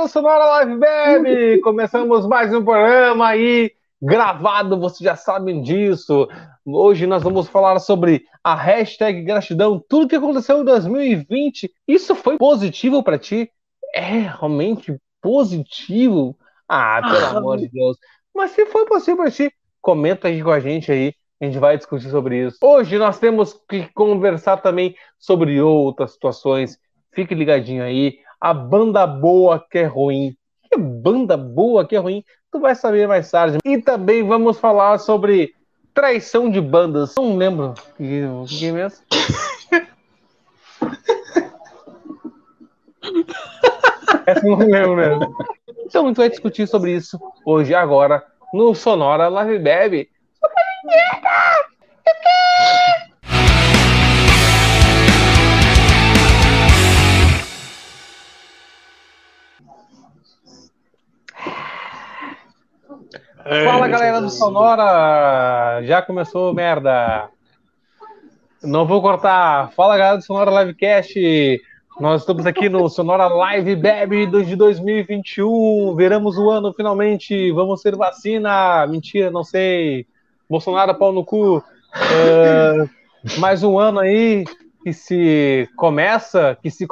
do Sonora Live Baby! Começamos mais um programa aí, gravado, vocês já sabem disso. Hoje nós vamos falar sobre a hashtag gratidão, tudo que aconteceu em 2020. Isso foi positivo para ti? É realmente positivo? Pelo amor de Deus. Mas se foi possível para ti, comenta aí com a gente aí. A gente vai discutir sobre isso. Hoje nós temos que conversar também sobre outras situações. Fique ligadinho aí. A banda boa que é ruim. Que banda boa que é ruim? Tu vai saber mais tarde. E também vamos falar sobre traição de bandas. Não lembro. O que é mesmo? Essa eu não lembro mesmo. Então a gente vai discutir sobre isso hoje, agora, no Sonora Live Baby. Fala, galera do Sonora! Já começou, merda! Não vou cortar. Fala, galera do Sonora Livecast! Nós estamos aqui no Sonora Live Baby de 2021. Viramos o ano finalmente. Vamos ter vacina. Mentira, não sei. Bolsonaro, pau no cu. Mais um ano aí que se começa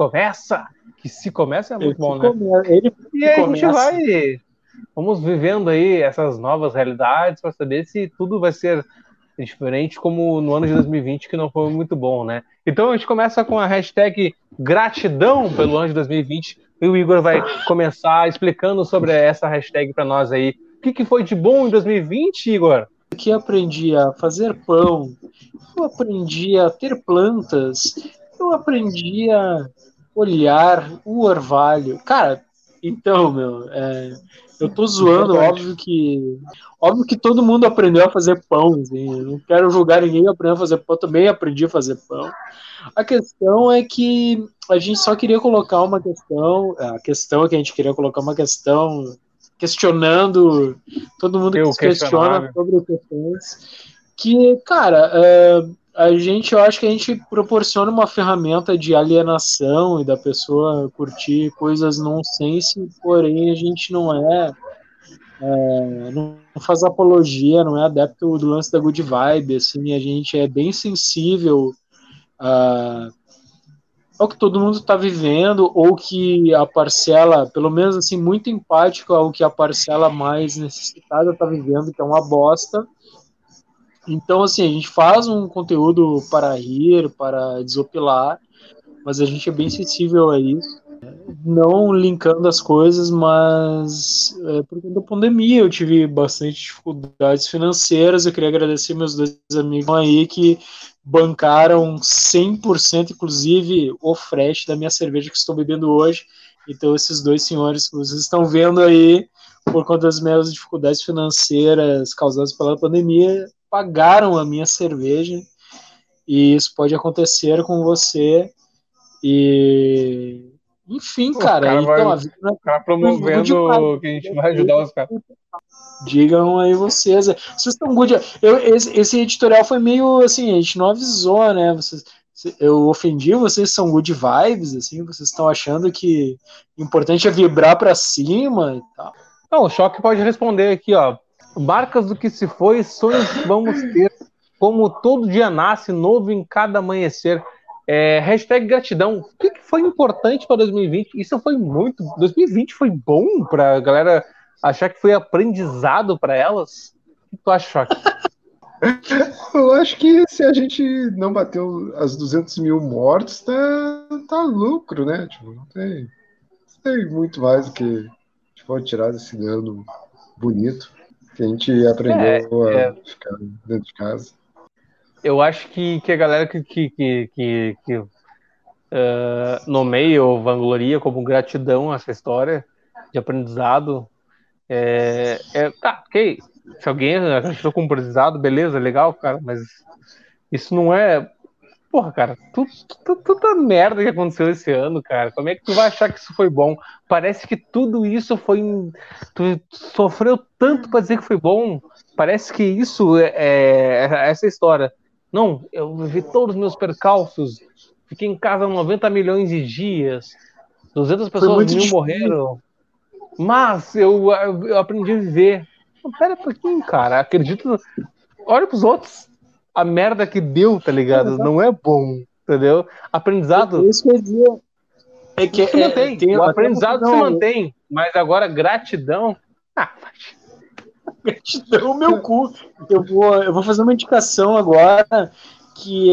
é muito bom, né? E aí a gente vai... Vamos vivendo aí essas novas realidades para saber se tudo vai ser diferente como no ano de 2020, que não foi muito bom, né? Então a gente começa com a hashtag gratidão pelo ano de 2020 e o Igor vai começar explicando sobre essa hashtag para nós aí. O que foi de bom em 2020, Igor? Que aprendi a fazer pão, eu aprendi a ter plantas, eu aprendi a olhar o orvalho. Cara, então, eu tô zoando, óbvio que todo mundo aprendeu a fazer pão, assim, eu não quero julgar ninguém que aprendeu a fazer pão, eu também aprendi a fazer pão. A questão é que a gente só queria colocar uma questão, a questão é que a gente queria colocar uma questão questionando todo mundo que se questiona sobre questões que, cara, eu acho que a gente proporciona uma ferramenta de alienação e da pessoa curtir coisas nonsense, porém a gente não faz apologia, não é adepto do lance da good vibe, assim, a gente é bem sensível ao que todo mundo está vivendo, ou que a parcela, pelo menos assim, muito empático ao que a parcela mais necessitada está vivendo, que é uma bosta. Então, assim, a gente faz um conteúdo para rir, para desopilar, mas a gente é bem sensível a isso. Não linkando as coisas, mas por conta da pandemia eu tive bastante dificuldades financeiras. Eu queria agradecer meus dois amigos aí que bancaram 100%, inclusive, o frete da minha cerveja que estou bebendo hoje. Então, esses dois senhores que vocês estão vendo aí, por conta das minhas dificuldades financeiras causadas pela pandemia, pagaram a minha cerveja. E isso pode acontecer com você. E... Enfim, cara. Então, a vida o cara promovendo que a gente vai ajudar os caras. Digam aí vocês. Vocês estão good. Esse editorial foi meio assim, a gente não avisou, né? Eu ofendi, vocês são good vibes, assim, vocês estão achando que o importante é vibrar pra cima e tal. Não, o Choque pode responder aqui, ó. Marcas do que se foi, sonhos que vamos ter. Como todo dia nasce, novo em cada amanhecer. Hashtag gratidão. O que foi importante para 2020? Isso foi muito. 2020 foi bom para a galera achar que foi aprendizado para elas? O que tu acha, Choque? Eu acho que se a gente não bateu as 200 mil mortes, tá lucro, né? Tipo, não tem muito mais do que a gente pode tirar desse ano bonito que a gente aprendeu a ficar dentro de casa. Eu acho que a galera que nomeia ou vangloria como gratidão essa história de aprendizado tá, ok. Se alguém acreditou como aprendizado, beleza, legal, cara, mas isso não é. Porra, cara, toda merda que aconteceu esse ano, cara, como é que tu vai achar que isso foi bom? Parece que tudo isso foi. Tu sofreu tanto pra dizer que foi bom. Parece que isso é essa história. Não, eu vivi todos os meus percalços, fiquei em casa 90 milhões de dias, 200 pessoas mil morreram. Mas eu aprendi a viver. Pera um pouquinho, cara. Acredito. Olha pros outros. A merda que deu, tá ligado? Não é bom, entendeu? Aprendizado. Isso quer dizer. É que se mantém. tem O até aprendizado se mantém. Mas agora, gratidão. Gratidão, meu cu. Eu vou fazer uma indicação agora que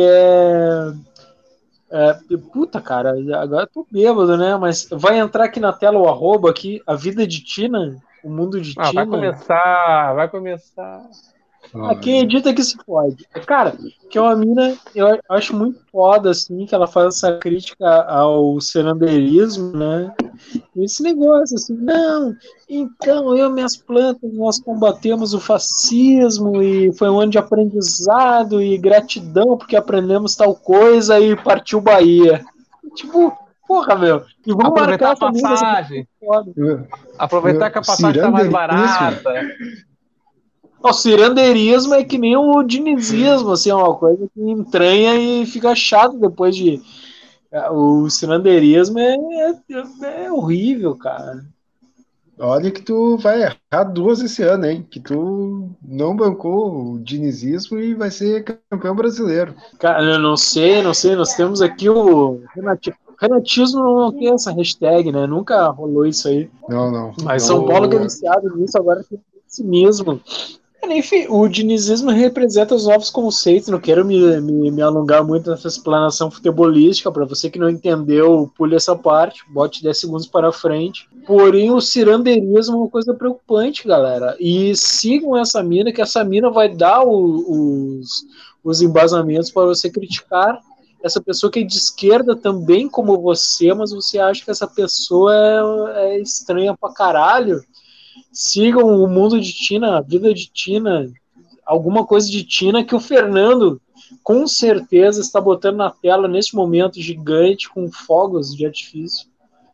puta, cara, agora eu tô bêbado, né? Mas vai entrar aqui na tela o arroba aqui, a vida de Tina, o mundo de Vai Tina. começar. Quem edita que se pode. Cara, que é uma mina, eu acho muito foda, assim, que ela faz essa crítica ao senandeirismo, né? Esse negócio, assim, não, então eu e minhas plantas, nós combatemos o fascismo e foi um ano de aprendizado e gratidão porque aprendemos tal coisa e partiu Bahia. Tipo, porra, meu. E vamos Aproveitar marcar a essa mina, essa passagem. foda. Aproveitar que a passagem tá mais barata. O cirandeirismo é que nem o dinizismo, assim, é uma coisa que entranha e fica chato depois de. O cirandeirismo é horrível, cara. Olha que tu vai errar duas esse ano, hein? Que tu não bancou o dinizismo e vai ser campeão brasileiro. Cara, eu não sei. Nós temos aqui o renatismo não tem essa hashtag, né? Nunca rolou isso aí. Não. Mas São Paulo que é viciado nisso, agora tem esse mesmo. Enfim, o dinizismo representa os novos conceitos. Não quero me alongar muito nessa explanação futebolística. Para você que não entendeu, pule essa parte, bote 10 segundos para frente. Porém, o cirandeirismo é uma coisa preocupante, galera. E sigam essa mina, que essa mina vai dar os embasamentos para você criticar essa pessoa que é de esquerda também, como você, mas você acha que essa pessoa é estranha pra caralho. Sigam o mundo de Tina, a vida de Tina, alguma coisa de Tina que o Fernando com certeza está botando na tela neste momento gigante com fogos de artifício.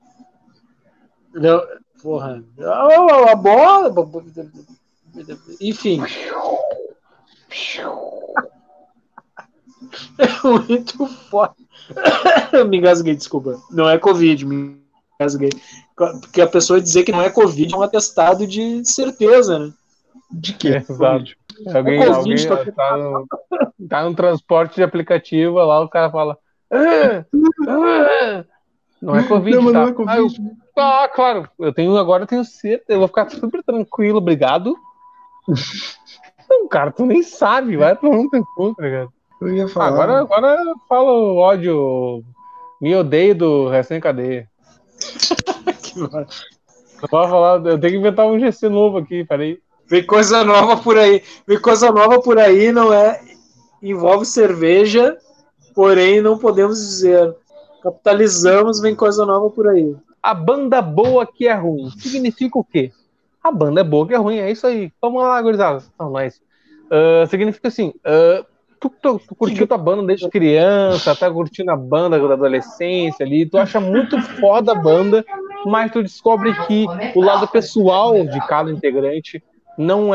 Não, porra. A bola. Enfim. É muito foda. Eu me engasguei, desculpa. Não é Covid, me engasguei. Porque a pessoa dizer que não é Covid é um atestado de certeza, né? De quê? Exato. Alguém tá no transporte de aplicativa lá, o cara fala. Não é Covid, não, tá? Não é COVID. Claro, eu tenho certeza, eu vou ficar super tranquilo, obrigado. Não, cara, tu nem sabe, vai tomar um tempo, tá ligado? Eu ia falar. Agora fala o ódio. Me odeio do recém-cadeia. Não vou falar, eu tenho que inventar um GC novo aqui, peraí. Vem coisa nova por aí. Não é. Envolve cerveja, porém não podemos dizer. Capitalizamos, vem coisa nova por aí. A banda boa que é ruim. Significa o quê? A banda é boa que é ruim, é isso aí. Vamos lá, gurizada. Não, mas significa assim, tu curtiu tua banda desde criança, tá curtindo a banda da adolescência ali, tu acha muito foda a banda, mas tu descobre que o lado pessoal de cada integrante não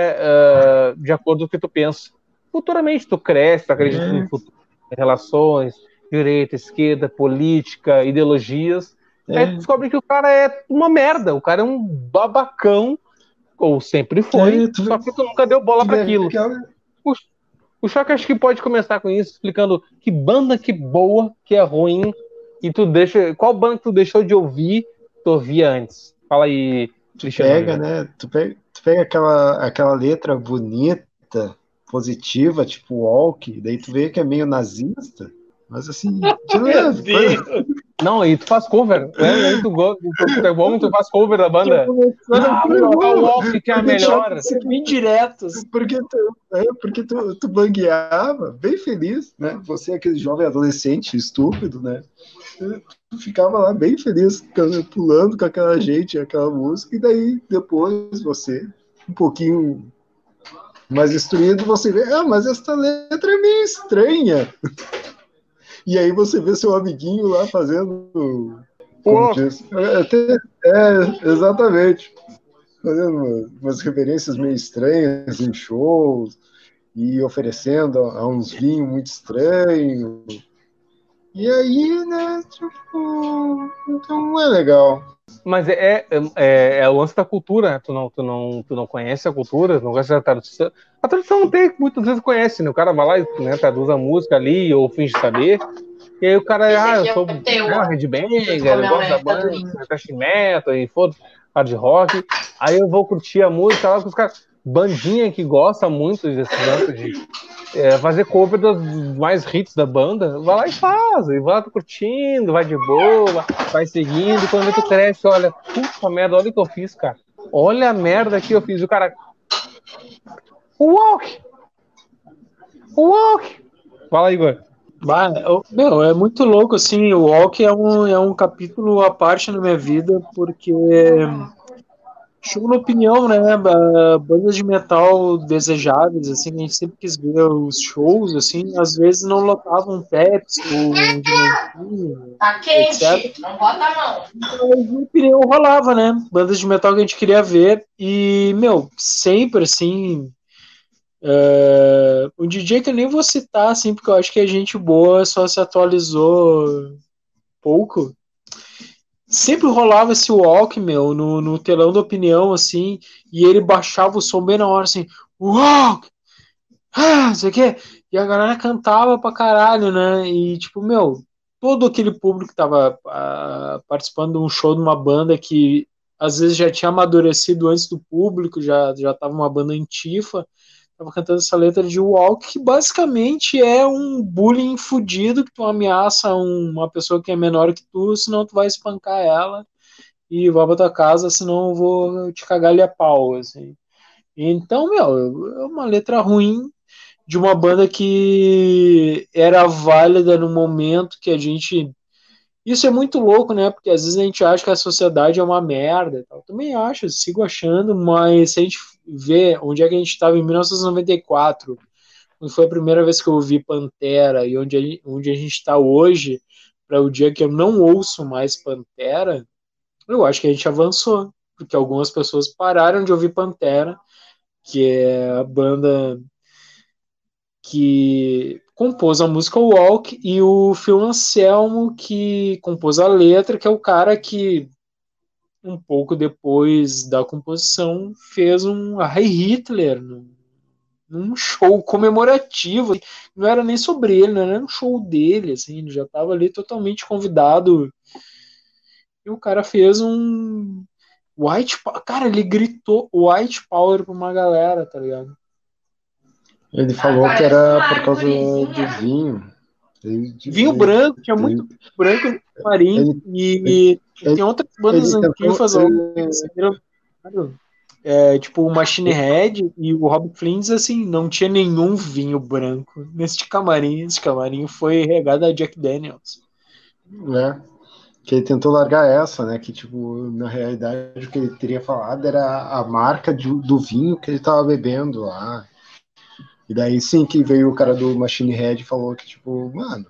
é de acordo com o que tu pensa. Futuramente tu cresce, tu acredita no futuro, em relações, direita, esquerda, política, ideologias, aí tu descobre que o cara é uma merda, o cara é um babacão, ou sempre foi, só que tu nunca deu bola para aquilo. O Choque acho que pode começar com isso, explicando que banda que boa, que é ruim, e tu deixa. Qual banda que tu deixou de ouvir, tu ouvia antes? Fala aí, Cristiano. Tu pega aquela letra bonita, positiva, tipo walk, daí tu vê que é meio nazista, mas assim, de leve. Não, e tu faz cover, né? E tu é bom, tu faz cover da banda. O walk que é a melhor. Bem diretos. Porque tu bangueava, bem feliz, né? Você é aquele jovem adolescente estúpido, né? Tu ficava lá bem feliz, pulando com aquela gente, aquela música, e daí depois você, um pouquinho mais instruído, você vê, mas essa letra é meio estranha. E aí você vê seu amiguinho lá fazendo... Como diz? Exatamente. Fazendo umas referências meio estranhas em shows e oferecendo a uns vinhos muito estranhos. E aí, né, tipo, então não é legal. Mas é o lance da cultura, né? Tu não conhece a cultura, não conhece a tradução. A tradução não tem, muitas vezes conhece, né? O cara vai lá e, né, traduz a música ali, ou finge saber. E aí o Esse cara, eu aqui é sou, o teu, né, um ó. headbanger, Como eu é o gosto da nome? Tá banda, dormindo. thrash metal e foda hard rock. Aí eu vou curtir a música lá com os caras. Bandinha que gosta muito desses lances de fazer cover dos mais hits da banda, vai lá e faz, e vai lá curtindo, vai de boa, vai seguindo, quando vê tu cresce, olha, puta merda, olha o que eu fiz, cara. Olha a merda que eu fiz. O cara, walk! Walk! Fala, Igor. Meu, é muito louco, assim, o Walk é um capítulo à parte na minha vida, porque show na opinião, né, bandas de metal desejáveis, assim, a gente sempre quis ver os shows, assim, às vezes não lotavam Pepsi ou um Dimentinho, Tá etc. quente, não bota a mão. Mas o pneu rolava, né? Bandas de metal que a gente queria ver. E, meu, sempre assim. O DJ que eu nem vou citar, assim, porque eu acho que é gente boa, só se atualizou pouco. Sempre rolava esse walk, meu, no telão da opinião, assim, e ele baixava o som bem na hora, assim, walk! Não sei o quê. E a galera cantava pra caralho, né? E, tipo, meu, todo aquele público que tava participando de um show de uma banda que às vezes já tinha amadurecido antes do público, já tava uma banda antifa, tava cantando essa letra de Walk, que basicamente é um bullying fudido, que tu ameaça uma pessoa que é menor que tu, senão tu vai espancar ela e vai pra tua casa, senão eu vou te cagar a pau, assim. Então, meu, é uma letra ruim de uma banda que era válida no momento que a gente. Isso é muito louco, né? Porque às vezes a gente acha que a sociedade é uma merda. Eu também acho, sigo achando, mas se a gente vê onde é que a gente estava em 1994, quando foi a primeira vez que eu ouvi Pantera, e onde a gente está hoje, para o dia que eu não ouço mais Pantera, eu acho que a gente avançou. Porque algumas pessoas pararam de ouvir Pantera, que é a banda que compôs a música Walk, e o Phil Anselmo, que compôs a letra, que é o cara que, um pouco depois da composição, fez um Heil Hitler num show comemorativo. Não era nem sobre ele, não era um show dele, assim, ele já estava ali totalmente convidado. E o cara fez um Cara, ele gritou White Power pra uma galera, tá ligado? Ele falou que era por causa do vinho. Vinho branco, tinha muito branco no camarim, ele, e tem outras bandas ele tentou. antifas, ó, que saíram, tipo o Machine Head e o Rob Flynn, assim, não tinha nenhum vinho branco neste camarim. Esse camarim foi regado a Jack Daniels. Né, que ele tentou largar essa, né? Que, tipo, na realidade o que ele teria falado era a marca do vinho que ele tava bebendo lá. E daí sim que veio o cara do Machine Head e falou que, tipo, mano,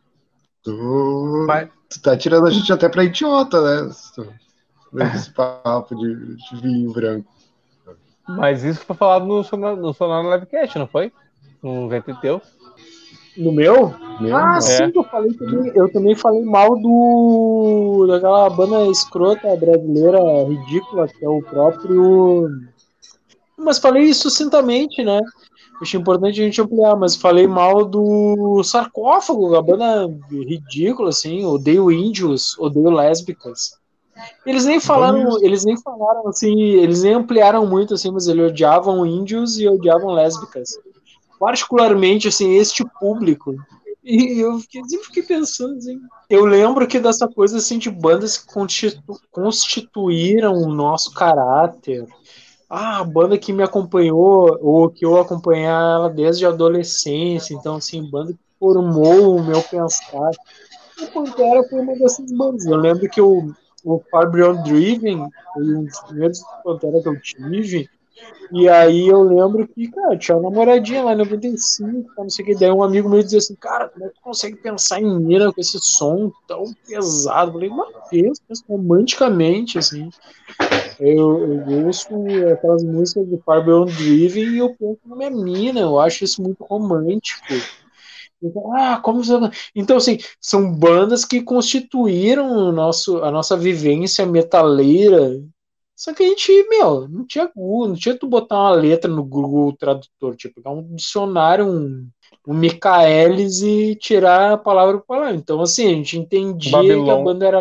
Mas, tu tá tirando a gente até pra idiota, né? Esse papo de vinho branco. mas isso foi falado no Sonora Livecast, não foi? Um VT teu. No meu? Meu, Ah, não. sim, É. que eu falei também. Eu também falei mal daquela banda escrota brasileira ridícula, que é o próprio. Mas falei sucintamente, né? Achei importante a gente ampliar, mas falei mal do Sarcófago, a banda ridícula, assim, odeio índios, odeio lésbicas. Eles nem falaram assim, eles nem ampliaram muito, assim, mas eles odiavam índios e odiavam lésbicas. Particularmente, assim, este público. E eu sempre fiquei pensando, assim. Eu lembro que dessa coisa, assim, de bandas que constituíram o nosso caráter. A banda que me acompanhou, ou que eu acompanhava desde a adolescência, então, assim, banda que formou o meu pensar. O Pantera foi uma dessas bandas. Eu lembro que o Far Beyond Driven foi um dos primeiros Pantera que eu tive, e aí eu lembro que, cara, tinha uma namoradinha lá em 95, não sei o que, daí um amigo meu dizia assim, cara, como é que tu consegue pensar em mina com esse som tão pesado? Eu falei, mas penso romanticamente, assim. Eu ouço aquelas músicas do Far Beyond Driven e eu penso na minha mina, eu acho isso muito romântico. Como você... Então, assim, são bandas que constituíram a nossa vivência metaleira. Só que a gente, não tinha Google, não tinha tu botar uma letra no Google Tradutor, tipo, pegar um dicionário, um Michaelis e tirar a palavra por palavra. Então, assim, a gente entendia que a Babylon. banda era.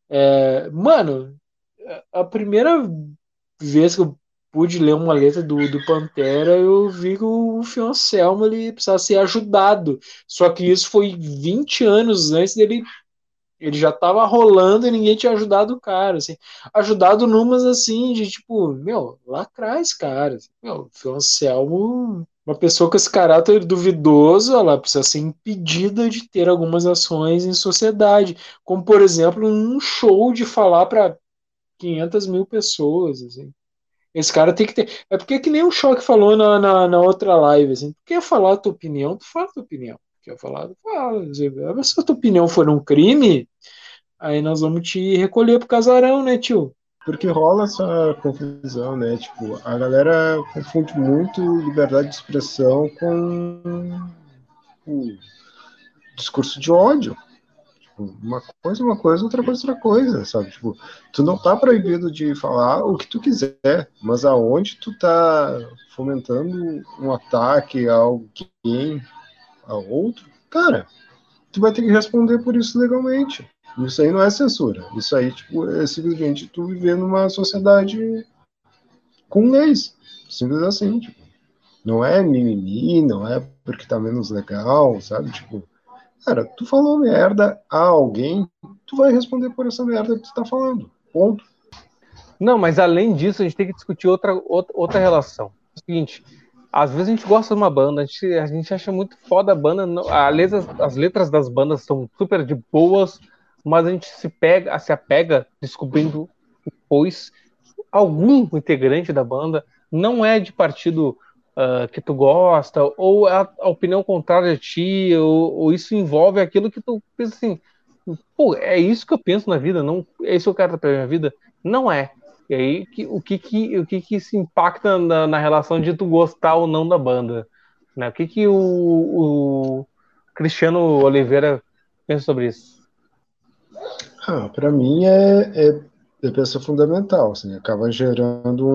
Mano, a primeira vez que eu pude ler uma letra do Pantera, eu vi que o Phil Anselmo ele precisava ser ajudado. Só que isso foi 20 anos antes dele. Ele já tava rolando e ninguém tinha ajudado o cara, assim. Ajudado numas, assim, de tipo, lá atrás, cara. Assim, o Phil Anselmo, uma pessoa com esse caráter duvidoso, ela precisa ser impedida de ter algumas ações em sociedade. Como, por exemplo, um show de falar para 500 mil pessoas, assim. Esse cara tem que ter. É porque que nem o Choque falou na outra live, assim. Tu quer falar a tua opinião, tu fala a tua opinião. Quer falar, tu fala. Mas se a tua opinião for um crime, aí nós vamos te recolher pro casarão, né, tio? Porque rola essa confusão, né? Tipo, a galera confunde muito liberdade de expressão com o discurso de ódio. Uma coisa é uma coisa, outra coisa é outra coisa, sabe? Tipo, tu não tá proibido de falar o que tu quiser, mas aonde tu tá fomentando um ataque a alguém, a outro, cara, tu vai ter que responder por isso legalmente. Isso aí não é censura. Isso aí, tipo, é simplesmente tu viver numa sociedade com leis. Simples assim, tipo. Não é mimimi, não é porque tá menos legal, sabe? Tipo, cara, tu falou merda a alguém, tu vai responder por essa merda que tu tá falando. Ponto. Não, mas além disso, a gente tem que discutir outra relação. É o seguinte, às vezes a gente gosta de uma banda, a gente acha muito foda a banda, as letras das bandas são super de boas, mas a gente se apega descobrindo depois algum integrante da banda não é de partido que tu gosta, ou a opinião contrária a ti, ou isso envolve aquilo que tu pensa assim, pô, é isso que eu penso na vida, não é isso que eu quero pra minha vida? Não é. E aí, o que se impacta na relação de tu gostar ou não da banda? Né? O Cristiano Oliveira pensa sobre isso? Pra mim é peça fundamental, assim, acaba gerando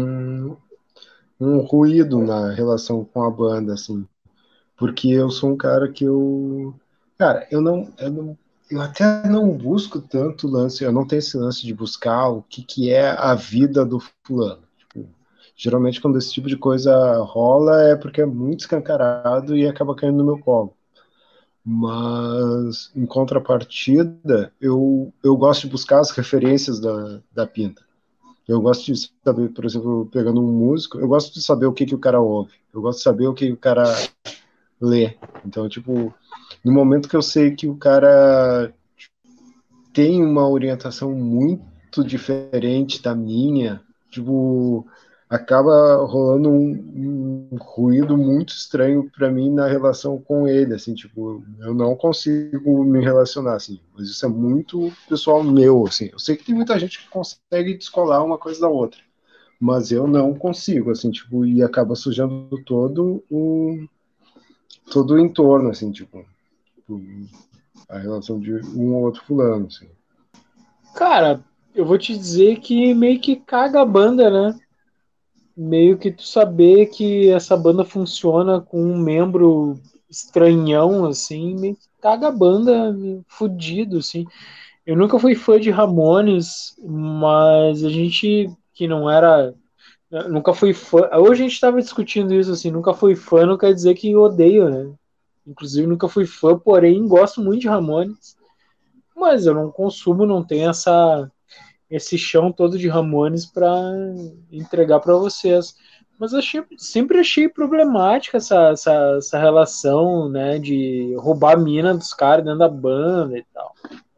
um ruído na relação com a banda, assim, porque eu sou um cara que cara, eu até não busco tanto lance, eu não tenho esse lance de buscar o que é a vida do fulano. Tipo, geralmente quando esse tipo de coisa rola é porque é muito escancarado e acaba caindo no meu colo. Mas, em contrapartida, eu gosto de buscar as referências da Pinta. Eu gosto de saber, por exemplo, pegando um músico, eu gosto de saber o que o cara ouve. Eu gosto de saber o que o cara lê. Então, tipo, no momento que eu sei que o cara tem uma orientação muito diferente da minha, tipo, acaba rolando um ruído muito estranho para mim na relação com ele, assim, tipo, eu não consigo me relacionar, assim, mas isso é muito pessoal meu, assim, eu sei que tem muita gente que consegue descolar uma coisa da outra, mas eu não consigo, assim, tipo, e acaba sujando todo o entorno, assim, tipo, a relação de um ou outro fulano, assim. Cara, eu vou te dizer que meio que caga a banda, né? Meio que tu saber que essa banda funciona com um membro estranhão, assim, meio que caga a banda meio fudido, assim. Eu nunca fui fã de Ramones, mas a gente que não era. Nunca fui fã. Hoje a gente estava discutindo isso, assim, nunca fui fã, não quer dizer que odeio, né? Inclusive nunca fui fã, porém gosto muito de Ramones. Mas eu não consumo, não tenho esse chão todo de Ramones para entregar para vocês. Mas eu sempre achei problemática essa relação, né, de roubar a mina dos caras dentro da banda e tal.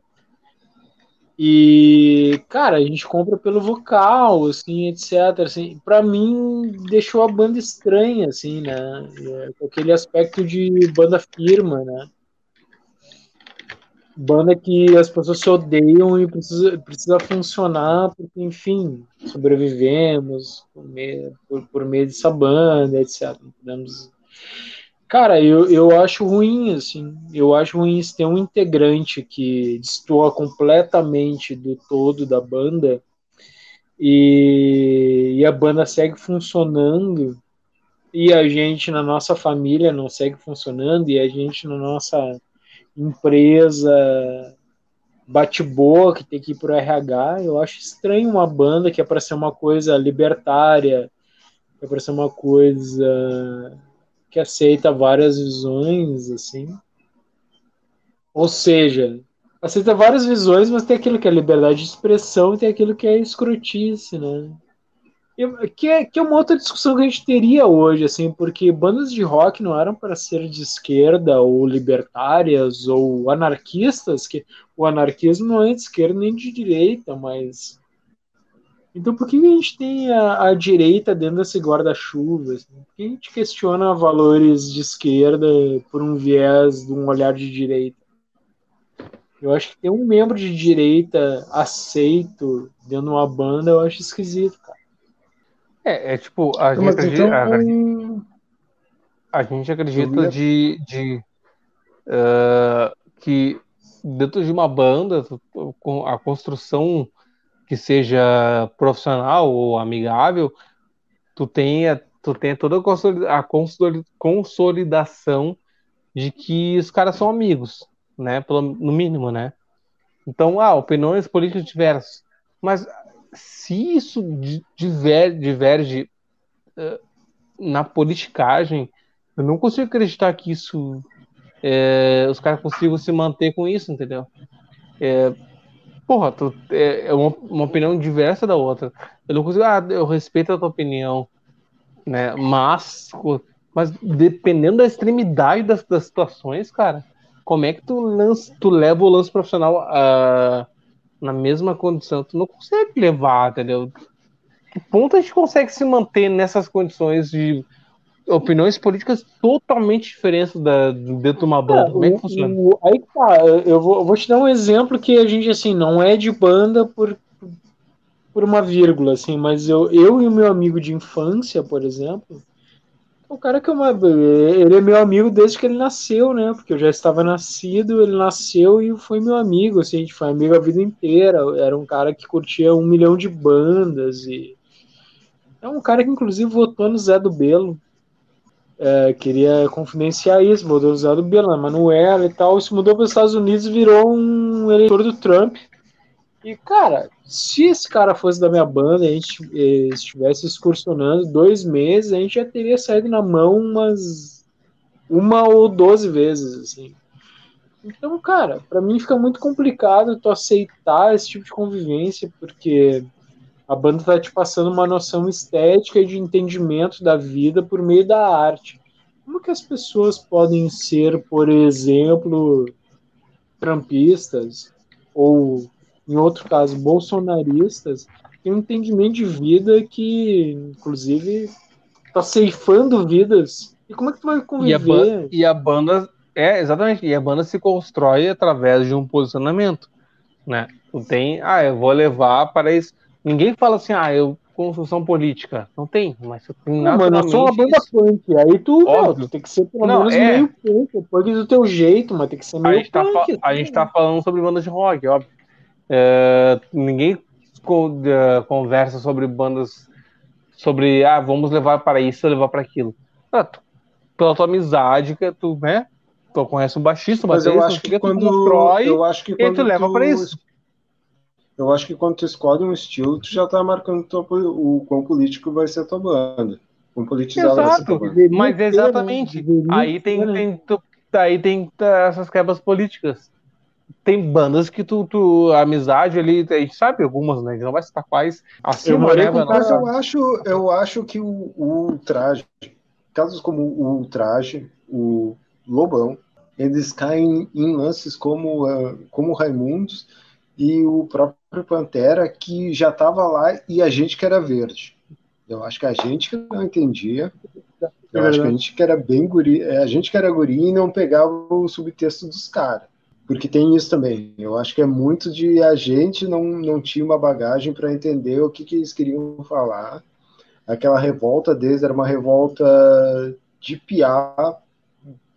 E, cara, a gente compra pelo vocal, assim, etc. Assim, para mim, deixou a banda estranha, assim, né? Com aquele aspecto de banda firma, né? Banda que as pessoas se odeiam e precisa funcionar, porque, enfim, sobrevivemos por meio dessa banda, etc. Não podemos Cara, eu acho ruim, assim. Eu acho ruim se ter um integrante que destoa completamente do todo da banda e a banda segue funcionando e a gente na nossa família não segue funcionando e a gente na nossa empresa bate boa que tem que ir pro RH. Eu acho estranho uma banda que é para ser uma coisa libertária, que é para ser uma coisa que aceita várias visões, assim. Ou seja, aceita várias visões, mas tem aquilo que é liberdade de expressão e tem aquilo que é escrotice, né? Que é uma outra discussão que a gente teria hoje, assim, porque bandas de rock não eram para ser de esquerda ou libertárias ou anarquistas, que o anarquismo não é de esquerda nem de direita, mas então por que a gente tem a direita dentro desse guarda-chuva? Assim? Por que a gente questiona valores de esquerda por um viés de um olhar de direita? Eu acho que ter um membro de direita aceito dentro de uma banda, eu acho esquisito, cara. É tipo, a Não, gente mas então acredita, a gente eu acredita ia. que dentro de uma banda, com a construção que seja profissional ou amigável, tu tenha toda a consolidação de que os caras são amigos, né? No mínimo, né? Então, opiniões políticas diversas. Mas se isso diverge na politicagem, eu não consigo acreditar que os caras consigam se manter com isso, entendeu? Porra, é uma opinião diversa da outra. Eu não consigo, eu respeito a tua opinião, né? Mas dependendo da extremidade das situações, cara, como é que tu leva o lance profissional na mesma condição? Tu não consegue levar, entendeu? Que ponto a gente consegue se manter nessas condições de opiniões políticas totalmente diferentes dentro de uma banda? Como é que funciona? Aí tá, eu vou te dar um exemplo que a gente, assim, não é de banda por uma vírgula, assim, mas eu e o meu amigo de infância, por exemplo, o cara que ele é meu amigo desde que ele nasceu, né? Porque eu já estava nascido, ele nasceu e foi meu amigo, assim, a gente foi amigo a vida inteira. Era um cara que curtia 1 milhão de bandas e é um cara que inclusive votou no Zé do Belo. Queria confidenciar isso, votou no Zé do Belo, na Manuela e tal, se mudou para os Estados Unidos e virou um eleitor do Trump. E, cara, se esse cara fosse da minha banda, a gente estivesse excursionando 2 meses, a gente já teria saído na mão umas 1 ou 12 vezes, assim. Então, cara, pra mim fica muito complicado tu aceitar esse tipo de convivência, porque a banda tá te passando uma noção estética e de entendimento da vida por meio da arte. Como que as pessoas podem ser, por exemplo, trumpistas ou, em outro caso, bolsonaristas, tem um entendimento de vida que, inclusive, está ceifando vidas. E como é que tu vai E a, ba- conviver? e a banda, exatamente, e a banda se constrói através de um posicionamento, né? Tu tem, eu vou levar para isso. Ninguém fala assim, construção política. Não tem, mas tu tem Não, mano, eu sou uma naturalmente banda isso, punk. Aí tu óbvio. tem que ser pelo Não, menos meio punk. Punk do teu jeito, mas tem que ser a meio gente tá, punk. a gente tá falando sobre bandas de rock, óbvio. Ninguém conversa sobre bandas, sobre, vamos levar para isso, levar para aquilo. Pela tua amizade, que tu, né? Tu conhece o baixista, o Mas eu baterista, não acho sei que o que, tu constrói eu acho que e aí tu quando leva para tu isso. eu acho que quando tu escolhe um estilo, tu já tá marcando o quão político vai ser a tua banda. Quão politizada vai ser a tua Exato, banda. Deveria mas ser, né? exatamente. Deveria Aí ser, tem, né? tem, tu- aí tem essas quebras políticas. Tem bandas que a amizade ali, a gente sabe algumas, né? A gente não vai citar quais. A Eu Silva, morei né? com um Mas cara. eu acho que o Ultraje, casos como o Ultraje, o Lobão, eles caem em lances como Raimundos e o próprio Pantera, que já estava lá e a gente que era verde. Eu acho que a gente que não entendia. É Eu acho que a verdade. gente que era bem guri, a gente que era guri e não pegava o subtexto dos caras. Porque tem isso também. Eu acho que é muito de a gente não tinha uma bagagem para entender o que eles queriam falar. Aquela revolta deles era uma revolta de piar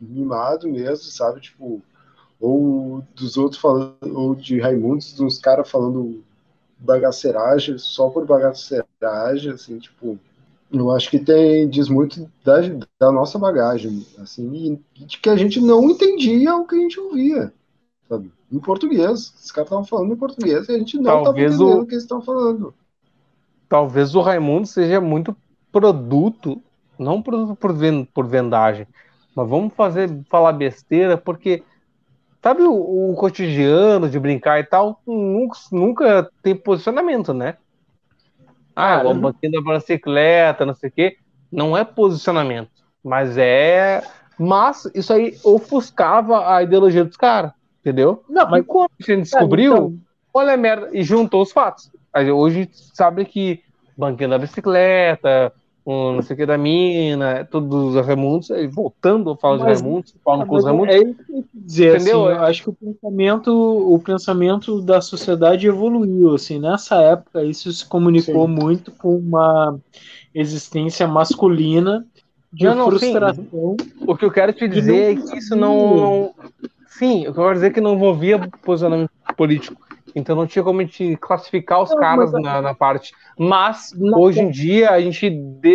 mimado mesmo, sabe? Tipo, ou dos outros falando, ou de Raimundos, dos caras falando bagaceiragem, só por bagaceiragem, assim, tipo, eu acho que diz muito da nossa bagagem, assim, e de que a gente não entendia o que a gente ouvia, sabe? Em português. Os caras estavam falando em português e a gente não estava Talvez entendendo o o, que eles estavam falando. talvez o Raimundo seja muito produto, não produto por vendagem, mas vamos falar besteira, porque sabe o cotidiano de brincar e tal, nunca tem posicionamento, né? Ah, igual o Cara, banquinho da bicicleta, não sei o quê. Não é posicionamento, mas é. Mas isso aí ofuscava a ideologia dos caras, entendeu? não, E mas, quando a gente cara, descobriu, então, olha a merda, e juntou os fatos. Aí hoje a gente sabe que banquinho da bicicleta, não sei o que da mina, todos os Raimundos, aí voltando a falar de mas, Raimundos, falando com os mas Raimundos, é isso que eu ia dizer, assim, entendeu? eu acho que o pensamento da sociedade evoluiu, assim, nessa época isso se comunicou Sim. muito com uma existência masculina de Não, não, sim. frustração O que eu quero te que não dizer é que isso conseguia. sim, eu quero dizer que não envolvia posicionamento político. Então não tinha como a gente classificar os Não, mas caras na parte. Mas na, hoje em dia a gente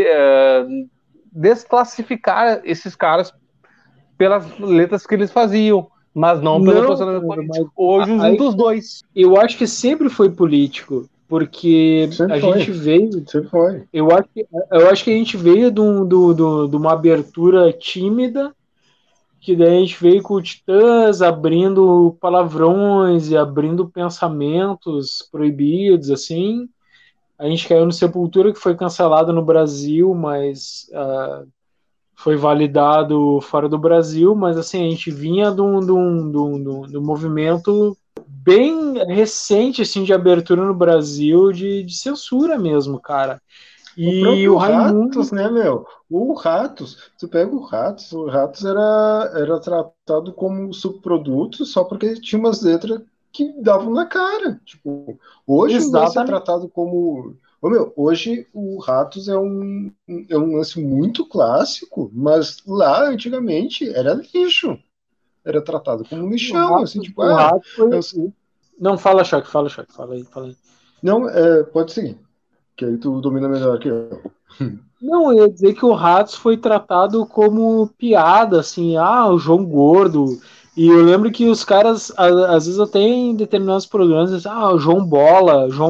desclassificar esses caras pelas letras que eles faziam, mas não pelo não, posicionamento cara, mas político. Hoje aí junta os dois. eu acho que sempre foi político, porque Sempre a gente foi. veio, Sempre foi. eu acho que a gente veio de uma abertura tímida, que daí a gente veio com o Titãs abrindo palavrões e abrindo pensamentos proibidos, assim. A gente caiu no Sepultura, que foi cancelado no Brasil, mas foi validado fora do Brasil. Mas assim, a gente vinha de um movimento bem recente assim, de abertura no Brasil, de censura mesmo, cara. O E o próprio Raimundo. Ratos, né, meu? O Ratos, tu pega o Ratos era tratado como subproduto só porque tinha umas letras que davam na cara. Tipo, hoje o lance é Exatamente. tratado como. Ô, meu, hoje o Ratos é um lance muito clássico, mas lá antigamente era lixo. Era tratado como O lixão, assim, rato, tipo, o rato eu- foi. Não, fala, Choque, fala aí, fala aí. não, pode seguir, que aí tu domina melhor que eu. Não, eu ia dizer que o Ratos foi tratado como piada, assim, o João Gordo. E eu lembro que os caras, às vezes até em determinados programas, dizem, o João Bola, João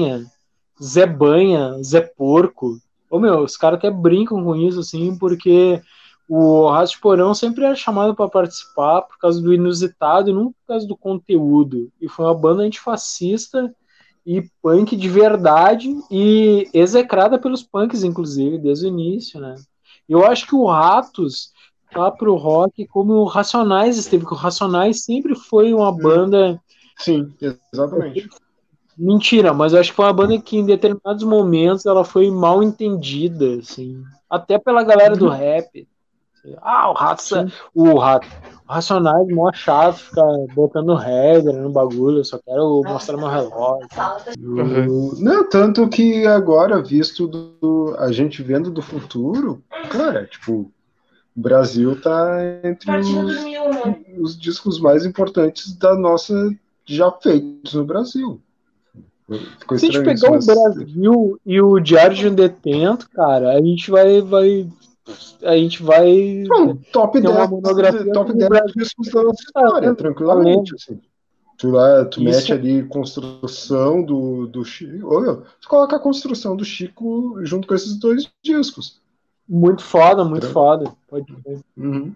Banha, Zé Porco. Ô meu, os caras até brincam com isso, assim, porque o Ratos de Porão sempre era chamado para participar por causa do inusitado e não por causa do conteúdo. E foi uma banda antifascista e punk de verdade e execrada pelos punks, inclusive, desde o início, né? Eu acho que o Ratos tá pro rock como o Racionais esteve, que o Racionais sempre foi uma banda. Sim, exatamente. Mentira, mas eu acho que foi uma banda que em determinados momentos ela foi mal entendida, assim, até pela galera do rap. O Ratos, Sim. o Racionais, mó chato, fica botando regra no bagulho, eu só quero mostrar meu relógio. Uhum. Não, tanto que agora, visto a gente vendo do futuro, cara, tipo, o Brasil tá entre os discos mais importantes da nossa já feitos no Brasil. Ficou Se a gente estranho pegar isso, o mas Brasil e o Diário de um Detento, cara, a gente vai top ter uma 10, monografia top sobre o 10 Brasil. discos da nossa Tá história, lendo, tá lendo. tranquilamente, assim. Tu mete Isso, ali construção do Chico. Ô, meu, tu coloca a construção do Chico junto com esses dois discos. muito foda, muito Tran- foda. Pode ver. Uhum.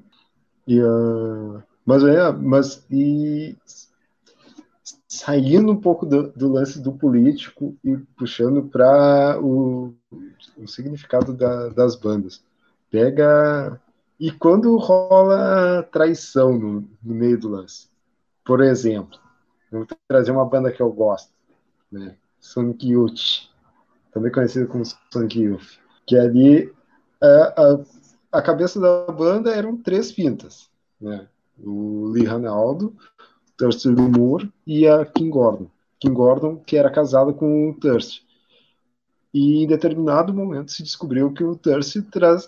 Mas saindo um pouco do lance do político e puxando para o significado das bandas. Pega. E quando rola traição no meio do lance? Por exemplo, vou trazer uma banda que eu gosto, né? Sonic Youth, também conhecido como Sonic Youth, que ali a cabeça da banda eram três pintas, né? O Lee Ranaldo, Thurston Moore e a Kim Gordon. Kim Gordon, que era casada com o Thurston. E em determinado momento se descobriu que o Thurston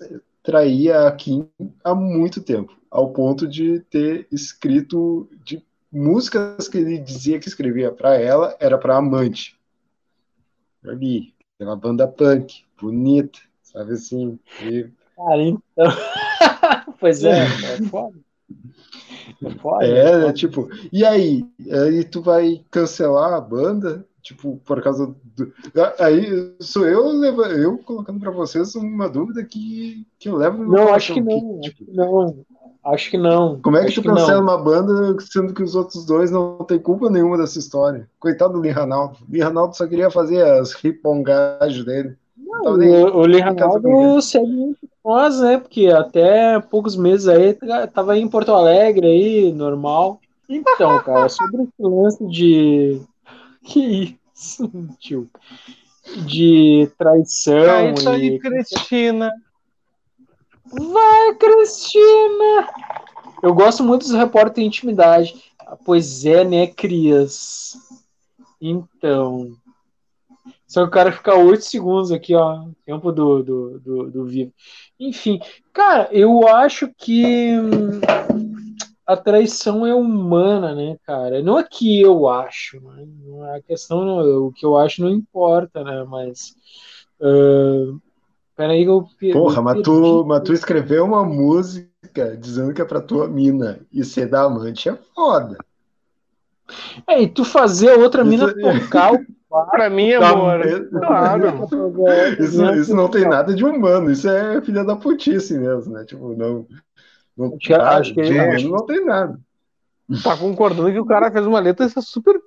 traía a Kim há muito tempo, ao ponto de ter escrito de músicas que ele dizia que escrevia para ela, era para amante. Ali, aquela banda punk, bonita, sabe assim? E... Cara, então. Pois é foda. É foda. Tipo, e aí tu vai cancelar a banda, tipo, por causa do... Aí sou eu colocando para vocês uma dúvida que eu levo no meu Não, coração. Acho que não. Como é que Acho tu que cancela não. uma banda sendo que os outros dois não tem culpa nenhuma dessa história? Coitado do Lee Ranaldo. Lee Ranaldo só queria fazer as ripongagens dele. Não tava nem aí. O Lee Nem casou com ninguém. Ranaldo segue muito nós, né? Porque até poucos meses aí tava aí em Porto Alegre aí, normal. Então, cara, sobre esse lance de. Que isso, tio? De traição É isso aí, Cristina. Vai, Cristina! Eu gosto muito dos repórteres de intimidade. Pois é, né, Crias? Então. Só que o cara fica 8 segundos aqui, ó. Tempo do vivo. Enfim, cara, eu acho que a traição é humana, né, cara? Não é que eu acho, né? Não é a questão, não, o que eu acho não importa, né? Mas. Peraí que eu Porra, mas perdi. tu escreveu uma música dizendo que é pra tua mina e ser da amante é foda. E tu fazer a outra mina tocar o Pra mim, amor, claro. Isso não tem nada de humano, isso é filha da putice mesmo, né? Tipo, não Acho que de humano não tem nada. Tá concordando que o cara fez uma letra super.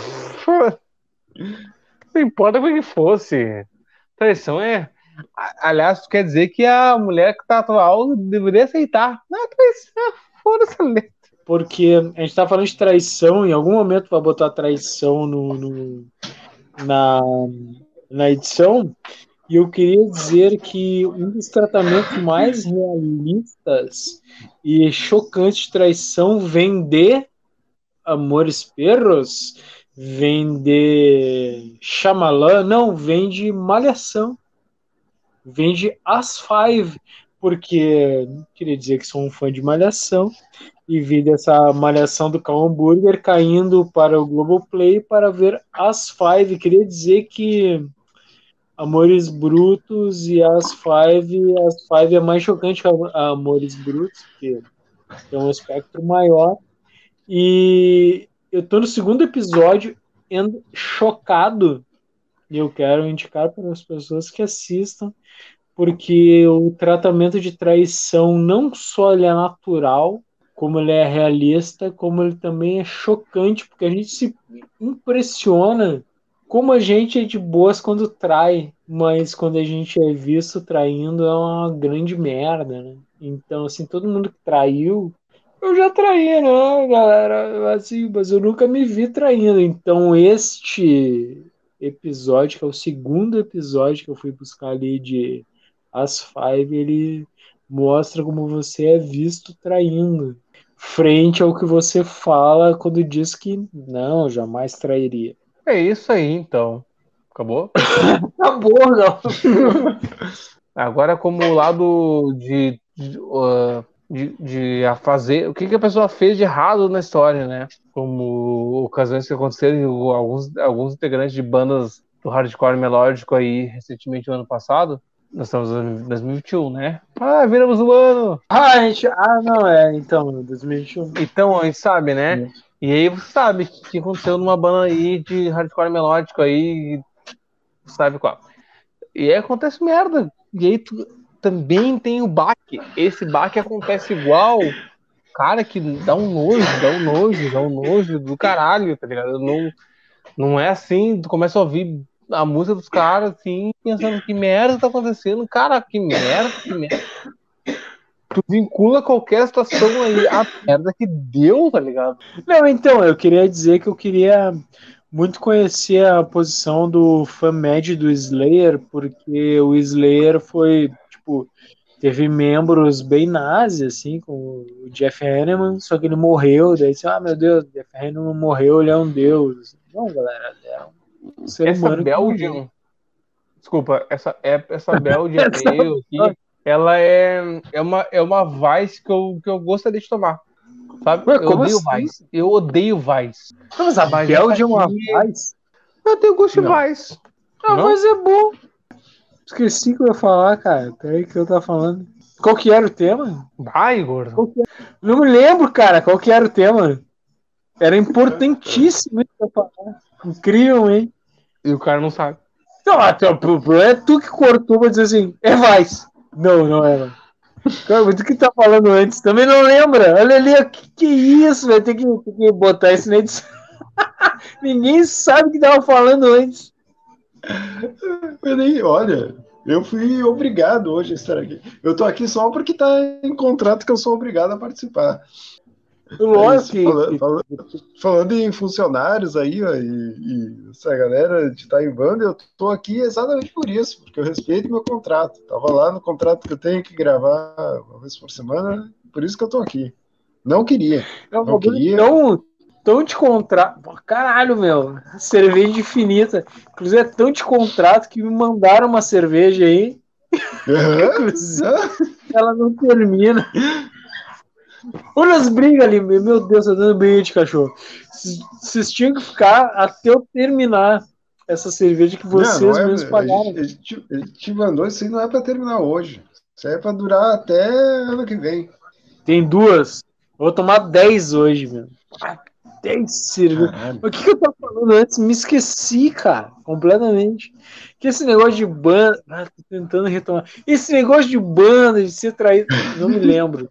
Não importa o que fosse. Traição é. Aliás, tu quer dizer que a mulher que tá atual deveria aceitar. Não, traição, foda-se a letra. Porque a gente tá falando de traição, em algum momento vai botar traição na edição, e eu queria dizer que um dos tratamentos mais realistas e chocantes de traição vem de Amores Perros, vem de Shyamalan, não, vem de Malhação, vem de As Five, porque queria dizer que sou um fã de Malhação, e vi dessa Malhação do Cão Hambúrguer caindo para o Globoplay para ver As Five. Queria dizer que Amores Brutos e As Five é mais chocante que a Amores Brutos, porque tem um espectro maior. E eu tô no segundo episódio chocado, e eu quero indicar para as pessoas que assistam, porque o tratamento de traição não só ele é natural, como ele é realista, como ele também é chocante, porque a gente se impressiona como a gente é de boas quando trai, mas quando a gente é visto traindo é uma grande merda, né? Então, assim, todo mundo que traiu, eu já traí, né, galera? Assim, mas eu nunca me vi traindo. Então, este episódio, que é o segundo episódio que eu fui buscar ali de As Five, ele mostra como você é visto traindo, frente ao que você fala quando diz que não, jamais trairia. É isso aí, então. Acabou? Acabou, não. Agora, como lado de a fazer. O que a pessoa fez de errado na história, né? Como ocasiões que aconteceram, alguns integrantes de bandas do hardcore melódico aí, recentemente, no ano passado. Nós estamos em 2021, né? Viramos o ano! Então, 2021. Então, a gente sabe, né? E aí você sabe o que aconteceu numa banda aí de hardcore melódico aí, sabe qual. E aí acontece merda. E aí tu também tem o baque. Esse baque acontece igual. Cara, que dá um nojo do caralho, tá ligado? Não é assim, tu começa a ouvir a música dos caras assim, pensando que merda tá acontecendo. Cara, que merda. Tu vincula qualquer situação aí a merda que deu, tá ligado? Não, então, eu queria dizer que eu queria muito conhecer a posição do fan-med do Slayer, porque o Slayer foi, tipo, teve membros bem nazi, assim, com o Jeff Hanneman, só que ele morreu, daí assim, meu Deus, o Jeff Hanneman morreu, ele é um deus. Não, galera, ele é um ser humano que morreu. Desculpa, essa Belgian meio aqui ela é uma Vice que eu gostaria de tomar. Sabe? Ué, Eu como odeio assim? Vice. Eu odeio Vice. Mas a Mas Bélgica é uma essa aqui, paz. eu tenho gosto de Não. Vice. Ah, Não? mas é bom. Esqueci o que eu ia falar, cara. Peraí que eu tava falando. Qual que era o tema? Vai, gordo. Não me lembro, cara. Qual que era o tema? Era importantíssimo isso pra falar. Incrível, hein? E o cara não sabe. Então, até o problema é tu que cortou pra dizer assim, é Vice. Não, não é, mano. Cara, mas o que tá falando antes? Também não lembra. Olha ali, que é isso? Vai ter que botar isso na edição. Ninguém sabe o que tava falando antes. Olha, eu fui obrigado hoje a estar aqui. Eu tô aqui só porque tá em contrato que eu sou obrigado a participar. Lógico que Falando em funcionários aí, ó, e essa galera de estar em banda, eu tô aqui exatamente por isso, porque eu respeito meu contrato. Tava lá no contrato que eu tenho que gravar uma vez por semana, por isso que eu tô aqui. Não queria. é um Não bagulho queria. tão de contrato. Caralho, meu. Cerveja infinita. Inclusive, é tão de contrato que me mandaram uma cerveja aí. Inclusive, ela não termina. Olha as brigas ali, meu Deus, tá dando briga de cachorro. Vocês tinham que ficar até eu terminar essa cerveja que vocês Não é. mesmos pagaram. Ele te mandou isso aí, não é para terminar hoje. Isso aí é para durar até ano que vem. Tem duas. Eu vou tomar 10 hoje, meu. 10 cervejas. Caralho. O que eu tava falando antes? Me esqueci, cara. Completamente. Que esse negócio de banda. Ah, tô tentando retomar. Esse negócio de banda, de ser traído. Não me lembro.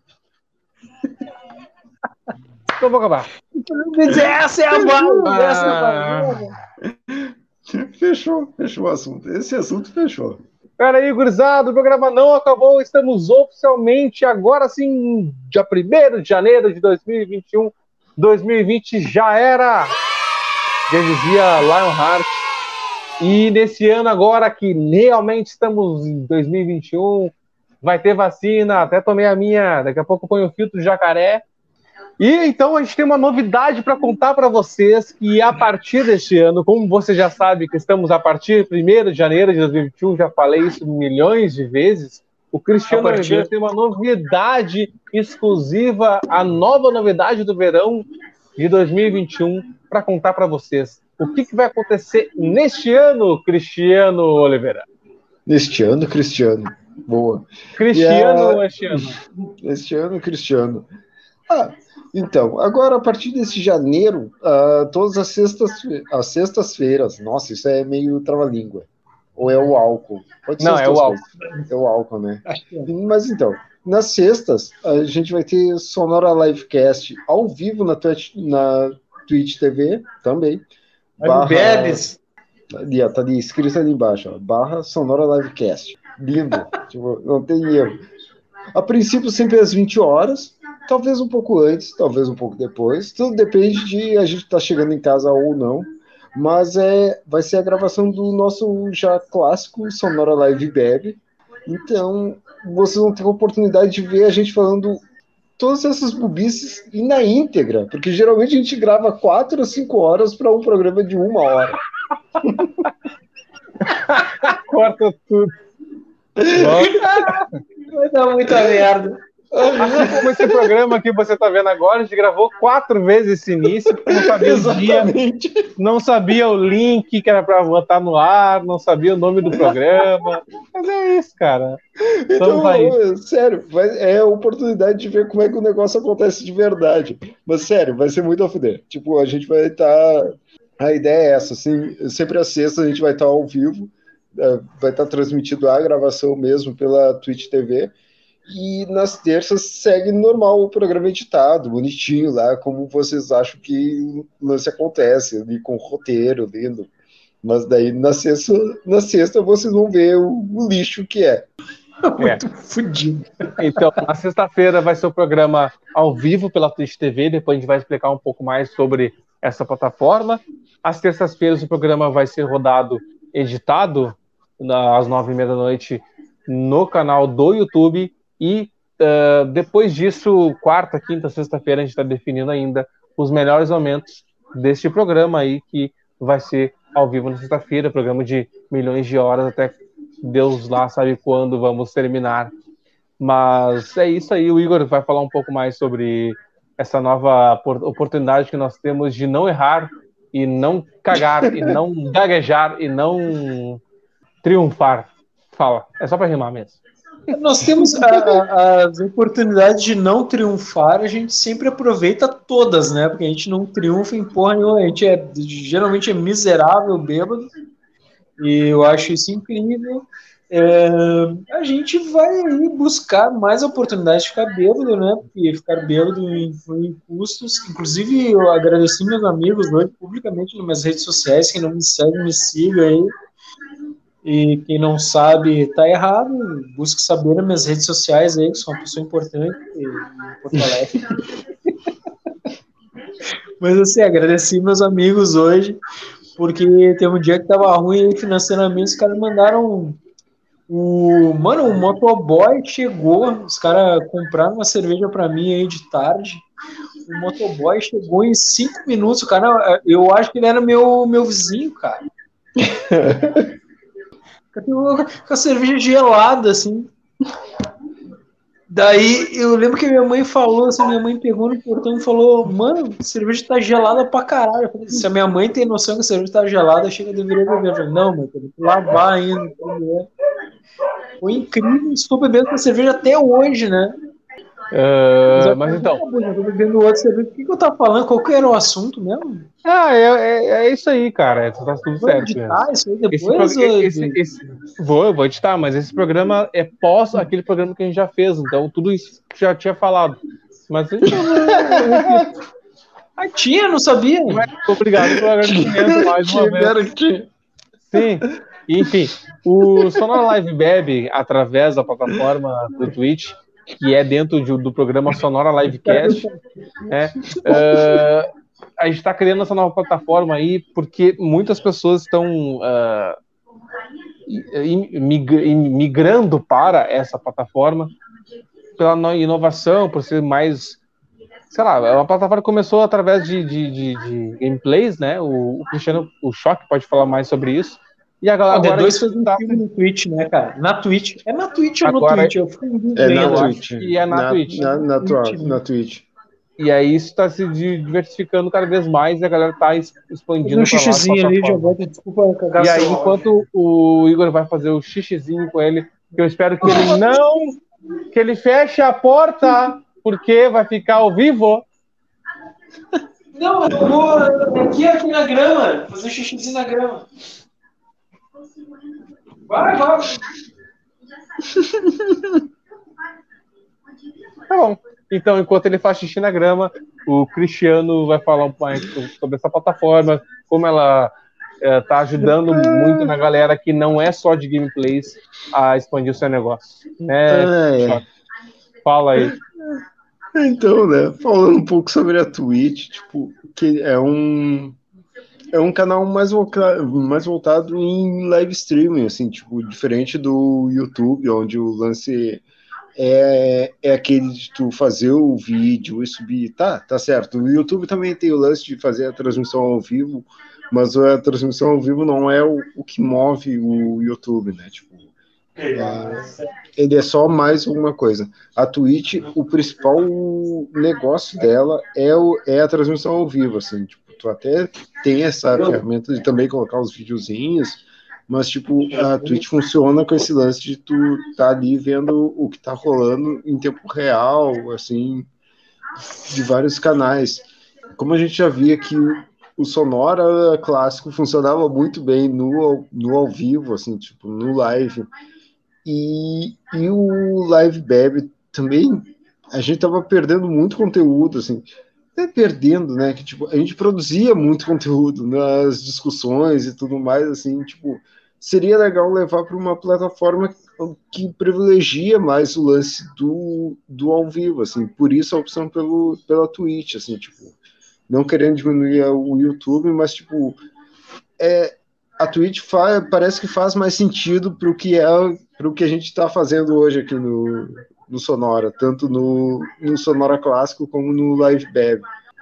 Então vou acabar. Essa é a banda! Essa é a banda! Fechou o assunto. Esse assunto fechou. Pera aí, gurizada, o programa não acabou. Estamos oficialmente, agora sim, dia 1º de janeiro de 2021. 2020 já era, já dizia Lionheart. E nesse ano agora que realmente estamos em 2021, vai ter vacina, até tomei a minha, daqui a pouco eu ponho o filtro de jacaré. E então a gente tem uma novidade para contar para vocês, que a partir deste ano, como você já sabe que estamos a partir de 1º de janeiro de 2021, já falei isso milhões de vezes, o Cristiano Oliveira tem uma novidade exclusiva, a nova novidade do verão de 2021 para contar para vocês. O que vai acontecer neste ano, Cristiano Oliveira? Neste ano, Cristiano. Boa. Cristiano, este ano. Este ano, Cristiano. Então, agora a partir desse janeiro, todas as sextas-feiras, nossa, isso é meio trava-língua. Ou é o álcool? Pode ser Não, é o álcool. É o álcool, né? Mas então, nas sextas, a gente vai ter Sonora Livecast ao vivo na Twitch TV também. Bebes. Tá ali escrito ali embaixo, ó, /Sonora Livecast. Lindo, tipo, não tem erro. A princípio, sempre às 20 horas, talvez um pouco antes, talvez um pouco depois. Tudo depende de a gente estar chegando em casa ou não. Mas vai ser a gravação do nosso já clássico Sonora Live Bebe. Então, vocês vão ter a oportunidade de ver a gente falando todas essas bobices e na íntegra, porque geralmente a gente grava 4 ou 5 horas para um programa de 1 hora. Corta tudo. Vai dar muita merda. Assim como esse programa que você está vendo agora, a gente gravou 4 vezes esse início, porque não sabia o dia, não sabia o link que era para botar no ar, não sabia o nome do programa. Mas é isso, cara. Então, sério, é a oportunidade de ver como é que o negócio acontece de verdade. Mas, sério, vai ser muito a fuder. Tipo, a gente vai estar... A ideia é essa, assim, sempre às sextas a gente vai estar ao vivo, vai estar transmitido a gravação mesmo pela Twitch TV, e nas terças segue normal o programa editado, bonitinho lá, como vocês acham que o lance acontece, ali com o roteiro lindo. Mas daí na sexta vocês vão ver o lixo que é. Muito fodido. Então, na sexta-feira vai ser o programa ao vivo pela Twitch TV, depois a gente vai explicar um pouco mais sobre essa plataforma. Às terças-feiras o programa vai ser rodado, editado, às 9h30 da noite, no canal do YouTube. E depois disso, quarta, quinta, sexta-feira, a gente está definindo ainda os melhores momentos deste programa aí, que vai ser ao vivo na sexta-feira, programa de milhões de horas, até Deus lá sabe quando vamos terminar Mas é isso aí, o Igor vai falar um pouco mais sobre essa nova oportunidade que nós temos de não errar e não cagar e não gaguejar e não triunfar. Fala, é só para rimar mesmo. Nós temos as oportunidades de não triunfar, a gente sempre aproveita todas, né? Porque a gente não triunfa em porra nenhuma, a gente geralmente é miserável, bêbado, e eu acho isso incrível. A gente vai aí buscar mais oportunidades de ficar bêbado, né? Porque ficar bêbado influi em custos. Inclusive, eu agradeci meus amigos hoje publicamente nas minhas redes sociais. Quem não me segue, me siga aí. E quem não sabe, tá errado. Busque saber nas minhas redes sociais aí, que sou uma pessoa importante em Porto Alegre. Mas assim, agradeci meus amigos hoje, porque teve um dia que tava ruim aí financeiramente, os caras mandaram o motoboy chegou, os caras compraram uma cerveja pra mim aí de tarde. O motoboy chegou em 5 minutos, o cara, eu acho que ele era meu vizinho, cara. Com a cerveja gelada, assim. Daí eu lembro que minha mãe falou, assim, minha mãe pegou no portão e falou, mano, a cerveja tá gelada pra caralho. Eu falei, se a minha mãe tem noção que a cerveja tá gelada, chega, eu deveria beber. Eu falei, não, mãe, tem que lavar ainda. Foi incrível, estou bebendo essa cerveja até hoje, né? Mas então. Eu tô bebendo outra cerveja. O que eu tava falando? Qual que era o assunto mesmo? É isso aí, cara. Tá tudo Vou certo. editar isso aí depois? Eu vou editar, mas esse programa é pós aquele programa que a gente já fez, então tudo isso já tinha falado. Mas tinha, não sabia. Obrigado pelo agradecimento mais uma vez. Sim. Enfim, o Sonora Live bebe através da plataforma do Twitch, que é dentro do programa Sonora Livecast. A gente está criando essa nova plataforma aí porque muitas pessoas estão migrando para essa plataforma pela inovação, por ser mais, sei lá, uma plataforma que começou através de gameplays, né? O Cristiano, o Choque pode falar mais sobre isso. E a galera agora D2 fez um filme no Twitch, né, cara? Na Twitch. É na Twitch ou agora, no Twitch? Eu fico na Twitch. E aí isso está se diversificando cada vez mais e a galera está expandindo. Um xixizinho ali, já volta, desculpa cagar. E aí, enquanto o Igor vai fazer o xixizinho com ele, que eu espero que ele que ele feche a porta, porque vai ficar ao vivo. Não, eu vou aqui na grama, fazer xixizinho na grama. Vai. Tá bom. Então, enquanto ele faz xixi na grama, o Cristiano vai falar um pouco mais sobre essa plataforma, como ela tá ajudando muito na galera que não é só de gameplays a expandir o seu negócio. Fala aí. Então, né, falando um pouco sobre a Twitch, tipo, que é um canal mais voltado em live streaming, assim, tipo, diferente do YouTube, onde o lance é aquele de tu fazer o vídeo e subir. Tá certo. O YouTube também tem o lance de fazer a transmissão ao vivo, mas a transmissão ao vivo não é o que move o YouTube, né? Tipo, ele é só mais uma coisa. A Twitch, o principal negócio dela é a transmissão ao vivo, assim, tipo, tu até tem essa ferramenta de também colocar os videozinhos, mas, tipo, a Twitch funciona com esse lance de tu tá ali vendo o que tá rolando em tempo real, assim, de vários canais. Como a gente já via que o Sonora clássico funcionava muito bem no ao vivo, assim, tipo, no live. E o Live Bebe também, a gente tava perdendo muito conteúdo, assim, até perdendo, né, que, tipo, a gente produzia muito conteúdo nas discussões e tudo mais, assim, tipo, seria legal levar para uma plataforma que privilegia mais o lance do ao vivo, assim, por isso a opção pela Twitch, assim, tipo, não querendo diminuir o YouTube, mas, tipo, a Twitch parece que faz mais sentido para o que a gente está fazendo hoje aqui no Sonora, tanto no Sonora clássico como no Live Beb.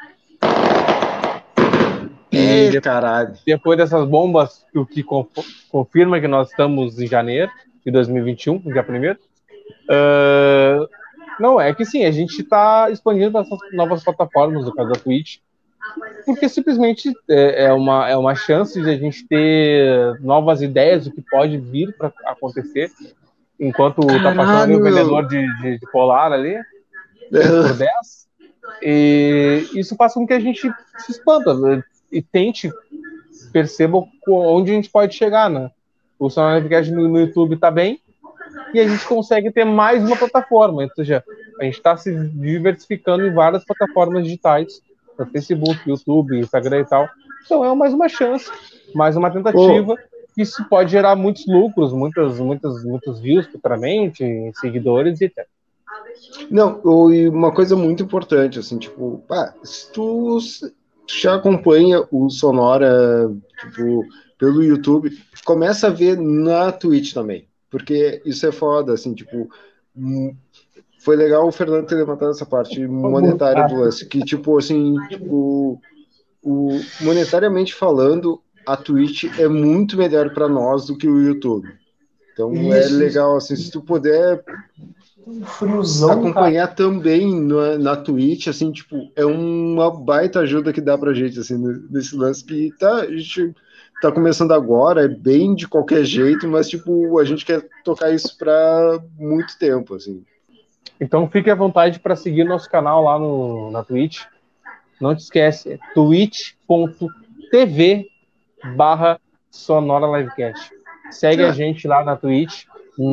Caralho. Depois dessas bombas, o que confirma que nós estamos em janeiro de 2021, dia 1º, Não, é que sim, a gente está expandindo para essas novas plataformas, no caso da Twitch, porque simplesmente é uma chance de a gente ter novas ideias do que pode vir para acontecer, enquanto tá passando ali o Caralho, vendedor de polar ali, 3x10, e isso faz com que a gente se espanta, né, e tente, perceba onde a gente pode chegar, né? O Sonora Livecast no YouTube tá bem, e a gente consegue ter mais uma plataforma, ou seja, a gente está se diversificando em várias plataformas digitais, no Facebook, YouTube, Instagram e tal. Então é mais uma chance, mais uma tentativa. Isso pode gerar muitos lucros, muitos views futuramente, seguidores e etc. Não, e uma coisa muito importante, assim, tipo, se tu já acompanha o Sonora, tipo, pelo YouTube, começa a ver na Twitch também, porque isso é foda, assim, tipo, foi legal o Fernando ter levantado essa parte monetária do lance, que, tipo, assim, tipo, monetariamente falando, a Twitch é muito melhor para nós do que o YouTube. Então é legal, assim, se tu puder acompanhar também na Twitch, assim, tipo, é uma baita ajuda que dá pra gente, assim, nesse lance que a gente tá começando agora, é bem de qualquer jeito, mas, tipo, a gente quer tocar isso pra muito tempo, assim. Então fique à vontade para seguir nosso canal lá na Twitch. Não te esquece, é twitch.tv/Sonora Livecast. Segue a gente lá na Twitch,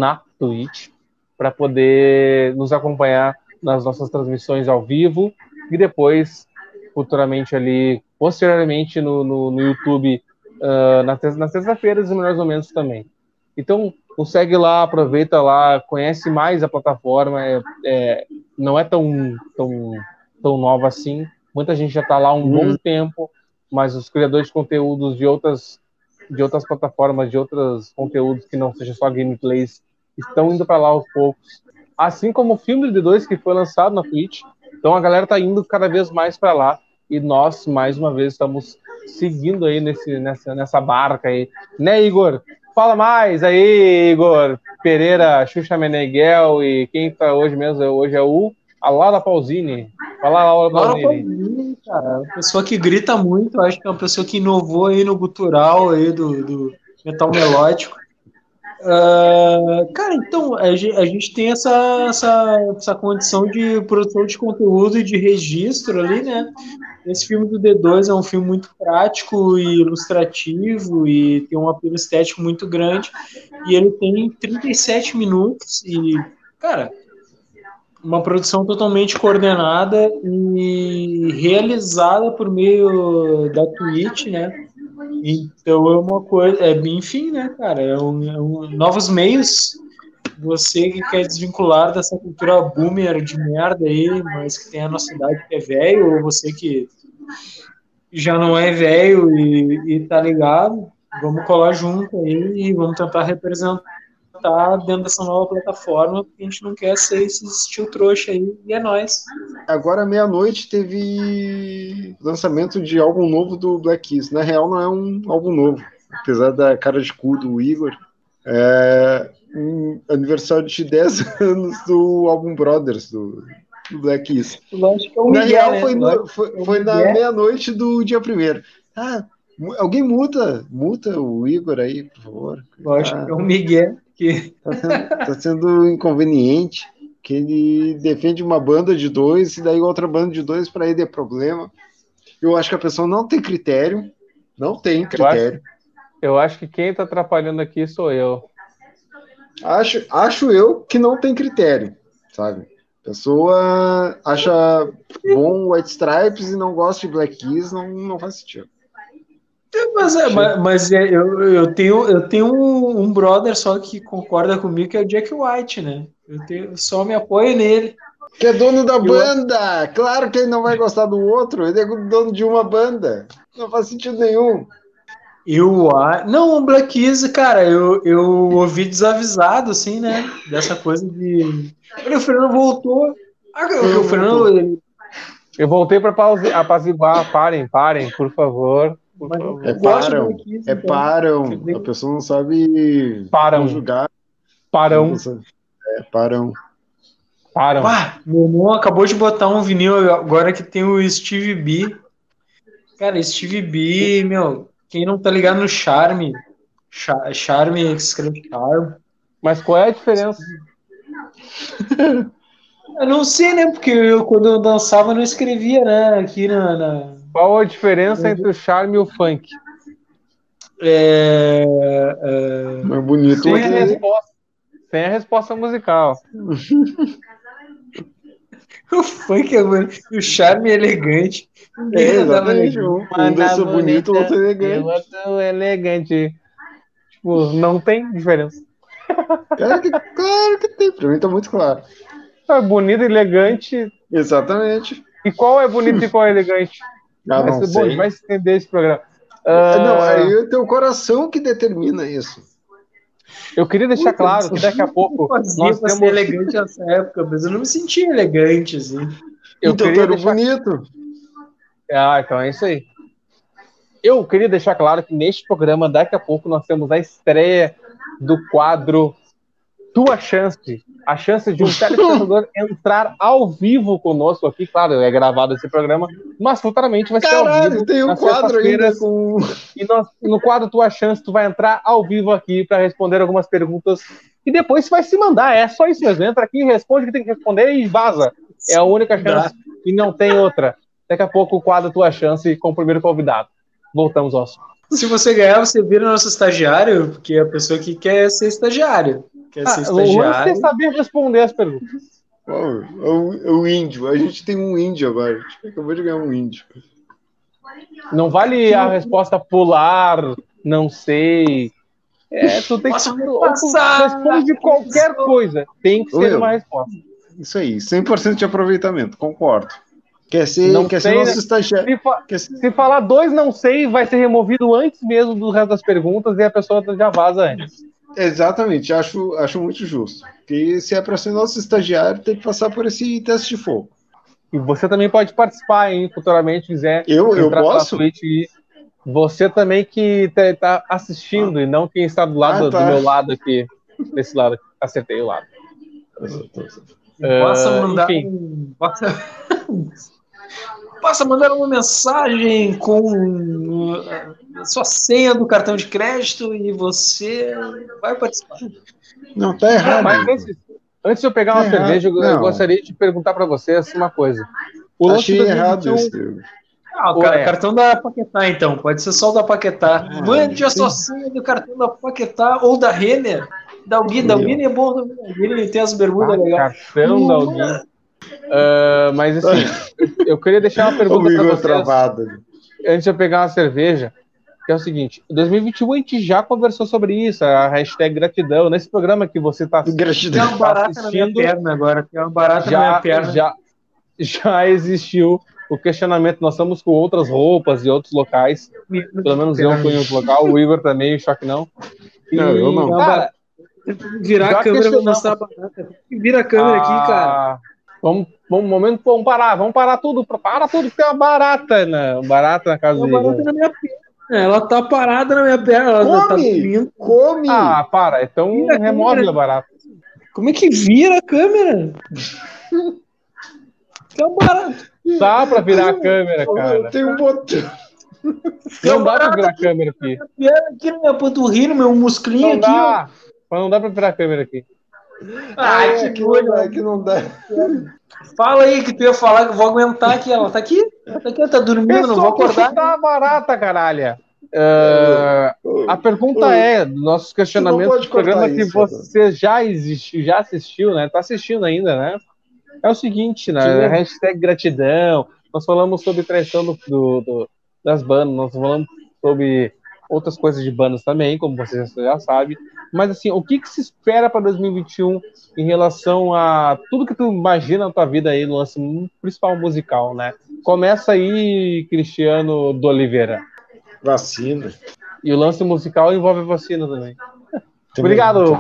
para poder nos acompanhar nas nossas transmissões ao vivo e depois, futuramente ali, posteriormente no YouTube, nas terças-feiras e melhores momentos também. Então, segue lá, aproveita lá, conhece mais a plataforma, não é tão nova assim. Muita gente já está lá há um bom tempo, mas os criadores de conteúdos de outras plataformas, de outros conteúdos que não seja só gameplays, estão indo para lá aos poucos. Assim como o filme de D2 que foi lançado na Twitch. Então a galera está indo cada vez mais para lá e nós, mais uma vez, estamos seguindo aí nessa barca aí. Né, Igor? Fala mais aí, Igor Pereira, Xuxa Meneghel e quem está hoje mesmo? Hoje é a Laura Pausini. Fala, Laura Pausini. Cara, uma pessoa que grita muito, acho que é uma pessoa que inovou aí no gutural aí do metal melódico. Cara, então, a gente tem essa condição de produção de conteúdo e de registro ali, né? Esse filme do D2 é um filme muito prático e ilustrativo e tem um apelo estético muito grande. E ele tem 37 minutos e, cara, uma produção totalmente coordenada e realizada por meio da Twitch, né? Então é uma coisa, enfim, né, cara? Novos meios. Você que quer desvincular dessa cultura boomer de merda aí, mas que tem a nossa idade que é velho, ou você que já não é velho e tá ligado, vamos colar junto aí e vamos tentar representar dentro dessa nova plataforma, porque a gente não quer ser esse estilo trouxa aí, e é nóis. Agora, meia-noite, teve lançamento de álbum novo do Black Keys. Na real, não é um álbum novo, apesar da cara de cu do Igor. É um aniversário de 10 anos do álbum Brothers, do Black Keys. Na real, foi na meia-noite do dia 1º. Alguém muta o Igor aí, por favor. Lógico que é um Miguel que tá sendo inconveniente, que ele defende uma banda de 2 e daí outra banda de 2 para ele é problema. Eu acho que a pessoa não tem critério. Não tem critério. Eu acho que quem tá atrapalhando aqui sou eu. Acho eu que não tem critério, sabe? A pessoa acha bom White Stripes e não gosta de Black Keys, não faz sentido. Mas eu tenho um brother só que concorda comigo, que é o Jack White, né? Eu só me apoio nele. Que é dono da banda! Claro que ele não vai gostar do outro, ele é dono de uma banda. Não faz sentido nenhum. Não, o Black Keys, cara, eu ouvi desavisado, assim, né? Dessa coisa de. Olha, o Fernando voltou. O Fernando. Eu voltei para apaziguar. Parem, por favor. Param. A pessoa não sabe conjugar. Param. Param. Meu irmão acabou de botar um vinil agora que tem o Stevie B. Cara, Stevie B, meu, quem não tá ligado no Charme, Charme, que escreve Charme. Mas qual é a diferença? Eu não sei, né? Porque quando eu dançava, eu não escrevia, né? Aqui na... Qual a diferença entre o charme e o funk? Mais bonito. Sem a resposta musical. O funk é o charme é elegante. Exatamente. Um dança bonito, o outro é elegante. O outro é elegante. Tipo, não tem diferença. Claro que tem, pra mim tá muito claro. É bonito e elegante. Exatamente. E qual é bonito e qual é elegante? Não sei. Bom, a gente vai estender esse programa. Não, aí é o teu coração que determina isso. Eu queria deixar claro que daqui a pouco nós temos... ser elegante nessa época, mas eu não me sentia elegante, assim. Então tu era bonito. Então é isso aí. Eu queria deixar claro que neste programa, daqui a pouco, nós temos a estreia do quadro Tua Chance. A chance de um telespectador entrar ao vivo conosco aqui. Claro, é gravado esse programa, mas futuramente vai ser ao vivo. Tem um quadro ainda com... E no quadro Tua Chance, tu vai entrar ao vivo aqui para responder algumas perguntas. E depois você vai se mandar. É só isso mesmo. Entra aqui, responde o que tem que responder e vaza. É a única chance e não tem outra. Daqui a pouco o quadro Tua Chance com o primeiro convidado. Voltamos ao assunto. Se você ganhar, você vira nosso estagiário, porque é a pessoa que quer ser estagiário. O lance é saber responder as perguntas. O índio. A gente tem um índio agora. A gente acabou de ganhar um índio. Não vale a resposta pular, não sei. Tu tem que responde qualquer coisa. Tem que ser uma resposta. Isso aí, 100% de aproveitamento, concordo. Quer ser nosso estagiário. Se falar 2 não sei, vai ser removido antes mesmo do resto das perguntas e a pessoa já vaza antes. Exatamente, acho muito justo. Porque se é para ser nosso estagiário, tem que passar por esse teste de fogo. E você também pode participar, hein, futuramente, quiser. Eu posso? Você também que está assistindo e não quem está do lado do meu lado aqui. Desse lado aqui. Acertei o lado. Possa mandar Possa mandar uma mensagem com a sua senha do cartão de crédito e você vai participar. Não, tá errado. Mas antes de eu pegar uma cerveja, eu gostaria de perguntar para vocês uma coisa. Achei errado esse. Cartão da Paquetá, então. Pode ser só o da Paquetá. Mande a sua senha do cartão da Paquetá ou da Renner. Da Alguine é bom. Da Alguine tem as bermudas legais. Cartão da Alguine. Mas assim, eu queria deixar uma pergunta para vocês. Travado. Antes de eu pegar uma cerveja, que é o seguinte: em 2021 a gente já conversou sobre isso, a hashtag gratidão. Nesse programa que você está assistindo. Tem uma barata na minha perna agora. Tem uma barata na minha perna. Já existiu o questionamento. Nós estamos com outras roupas e outros locais. Pelo menos eu fui em outro local. O Igor também, o Choque não. Não, eu não. Cara, virar a câmera pra mostrar a barata. Vira a câmera aqui, cara. Vamos parar tudo. Para tudo que tem uma barata na casa dele. Uma barata na minha perna. Ela tá parada na minha perna. Ela tá dormindo. Come! Para. Então remove a barata. Como é que vira a câmera? Que é um barato. Dá pra virar a câmera, cara. Tem um botão. Não dá pra virar a câmera aqui. Aqui na minha panturrilha, meu musclinho aqui. Mas não dá pra virar a câmera aqui. Que não dá. Fala aí que tu ia falar que eu vou aguentar aqui. Ela tá aqui? Ela tá dormindo, não vou acordar. Tá barata, caralho. A pergunta do nosso questionamento do programa que você já assistiu, né? Tá assistindo ainda, né? É o seguinte, né? Hashtag gratidão. Nós falamos sobre traição das bandas, nós falamos sobre outras coisas de bandas também, como você já sabe. Mas assim, o que se espera para 2021 em relação a tudo que tu imagina na tua vida aí no lance principal musical, né? Começa aí, Cristiano do Oliveira. Vacina. E o lance musical envolve vacina também. Obrigado.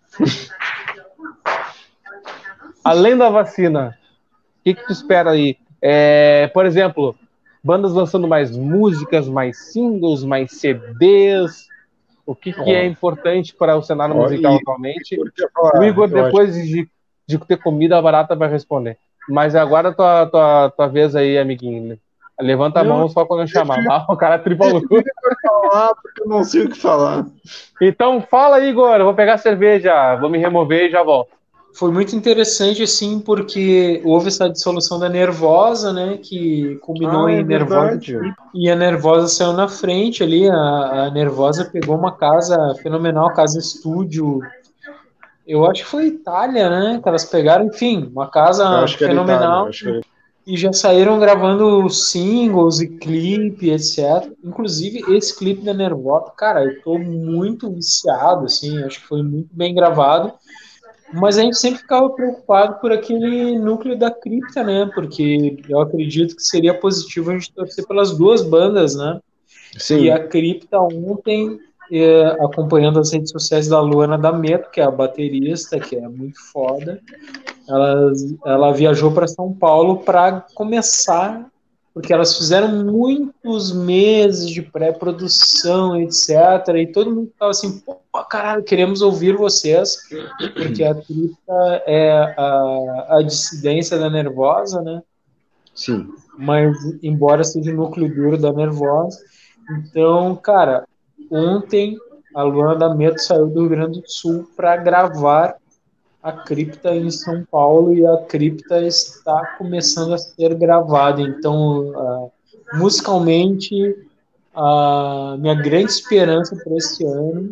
Além da vacina, o que tu espera aí? Por exemplo, bandas lançando mais músicas, mais singles, mais CDs, O que é importante para o cenário musical atualmente? Falar, o Igor, depois de ter comida, a barata vai responder. Mas agora tua vez aí, amiguinho. Levanta a mão só quando eu chamar. O cara tripalou. Falar porque eu não sei o que falar. Então fala, Igor. Eu vou pegar cerveja, vou me remover e já volto. Foi muito interessante, assim, porque houve essa dissolução da Nervosa, né, que culminou em Nervosa, e a Nervosa saiu na frente ali, a Nervosa pegou uma casa fenomenal, casa estúdio, eu acho que foi Itália, né, que elas pegaram, enfim, uma casa fenomenal, e já saíram gravando singles e clipe, etc. Inclusive, esse clipe da Nervosa, cara, eu tô muito viciado, assim, acho que foi muito bem gravado. Mas a gente sempre ficava preocupado por aquele núcleo da cripta, né? Porque eu acredito que seria positivo a gente torcer pelas duas bandas, né? Sim. E a cripta ontem, acompanhando as redes sociais da Luana D'Ameto, que é a baterista, que é muito foda, ela viajou para São Paulo para começar, porque elas fizeram muitos meses de pré-produção, etc. E todo mundo estava assim, pô, caralho, queremos ouvir vocês, porque a cripta é a dissidência da Nervosa, né? Sim. Mas, embora seja o núcleo duro da Nervosa. Então, cara, ontem a Luana D'Ameto saiu do Rio Grande do Sul para gravar a cripta em São Paulo e a cripta está começando a ser gravada. Então, musicalmente, a minha grande esperança para esse ano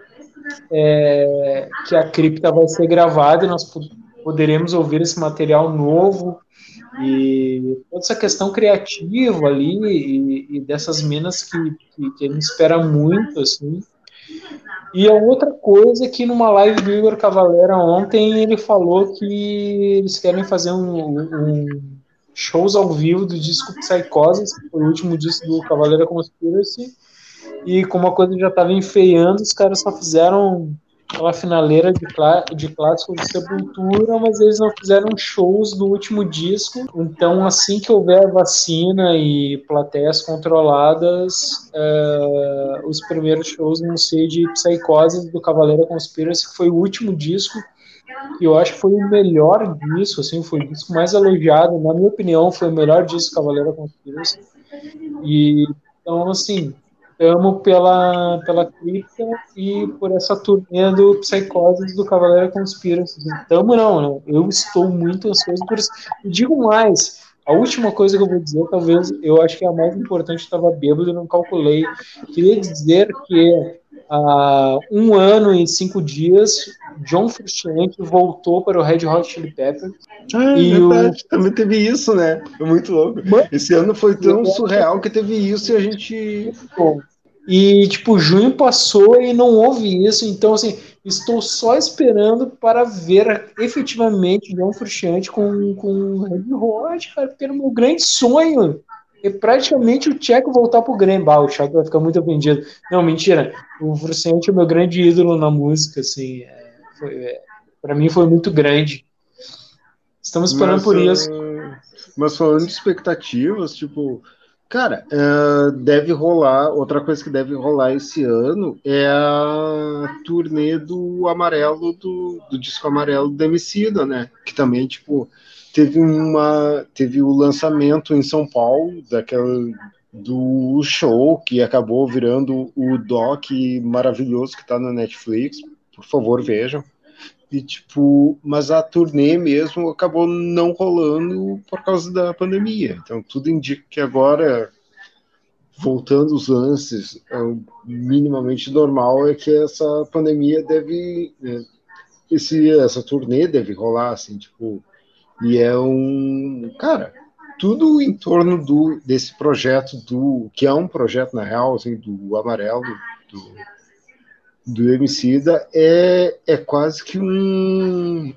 é que a cripta vai ser gravada e nós poderemos ouvir esse material novo e toda essa questão criativa ali e dessas minas que a gente espera muito, assim. E a outra coisa é que numa live do Igor Cavalera ontem ele falou que eles querem fazer um shows ao vivo do disco Psychosis, que foi o último disco do Cavaleira Conspiracy, e como a coisa já estava enfeiando, os caras só fizeram aquela finaleira de clássicos de Sepultura, mas eles não fizeram shows do último disco. Então, assim que houver vacina e plateias controladas, os primeiros shows vão ser de Psychosis do Cavaleira Conspiracy, que foi o último disco, e eu acho que foi o melhor disco, assim, foi o disco mais elogiado, na minha opinião, foi o melhor disco do Cavaleira Conspiracy. E, então, assim, amo pela cripta e por essa turnê do Psychosis do Cavaleira Conspiracy. Tamo não, né? Eu estou muito ansioso por isso. E digo mais, a última coisa que eu vou dizer, talvez, eu acho que é a mais importante, estava bêbado e não calculei. Queria dizer que há 1 ano e 5 dias, John Frusciante voltou para o Red Hot Chili Peppers. E verdade, também teve isso, né? Foi muito louco. Esse ano foi tão surreal que teve isso e a gente... E, tipo, junho passou e não houve isso. Então, assim, estou só esperando para ver efetivamente John Frusciante com Red Hot, cara, porque era o meu grande sonho. É praticamente o Tcheco voltar pro Grêmio. O Tcheco vai ficar muito ofendido. Não, mentira. O Frusciante é o meu grande ídolo na música, assim. Para mim foi muito grande. Estamos esperando por isso. Mas falando de expectativas, tipo... Cara, deve rolar... Outra coisa que deve rolar esse ano é a turnê do Amarelo, do disco Amarelo do Emicida, né? Que também, tipo... Teve o lançamento em São Paulo do show que acabou virando o doc maravilhoso que está na Netflix. Por favor, vejam. E, tipo, mas a turnê mesmo acabou não rolando por causa da pandemia. Então, tudo indica que agora, voltando os lances minimamente normal, é que essa pandemia deve... essa turnê deve rolar, assim, tipo... E é cara, tudo em torno desse projeto, que é um projeto, na real, assim, do Amarelo, do Emicida, é quase que um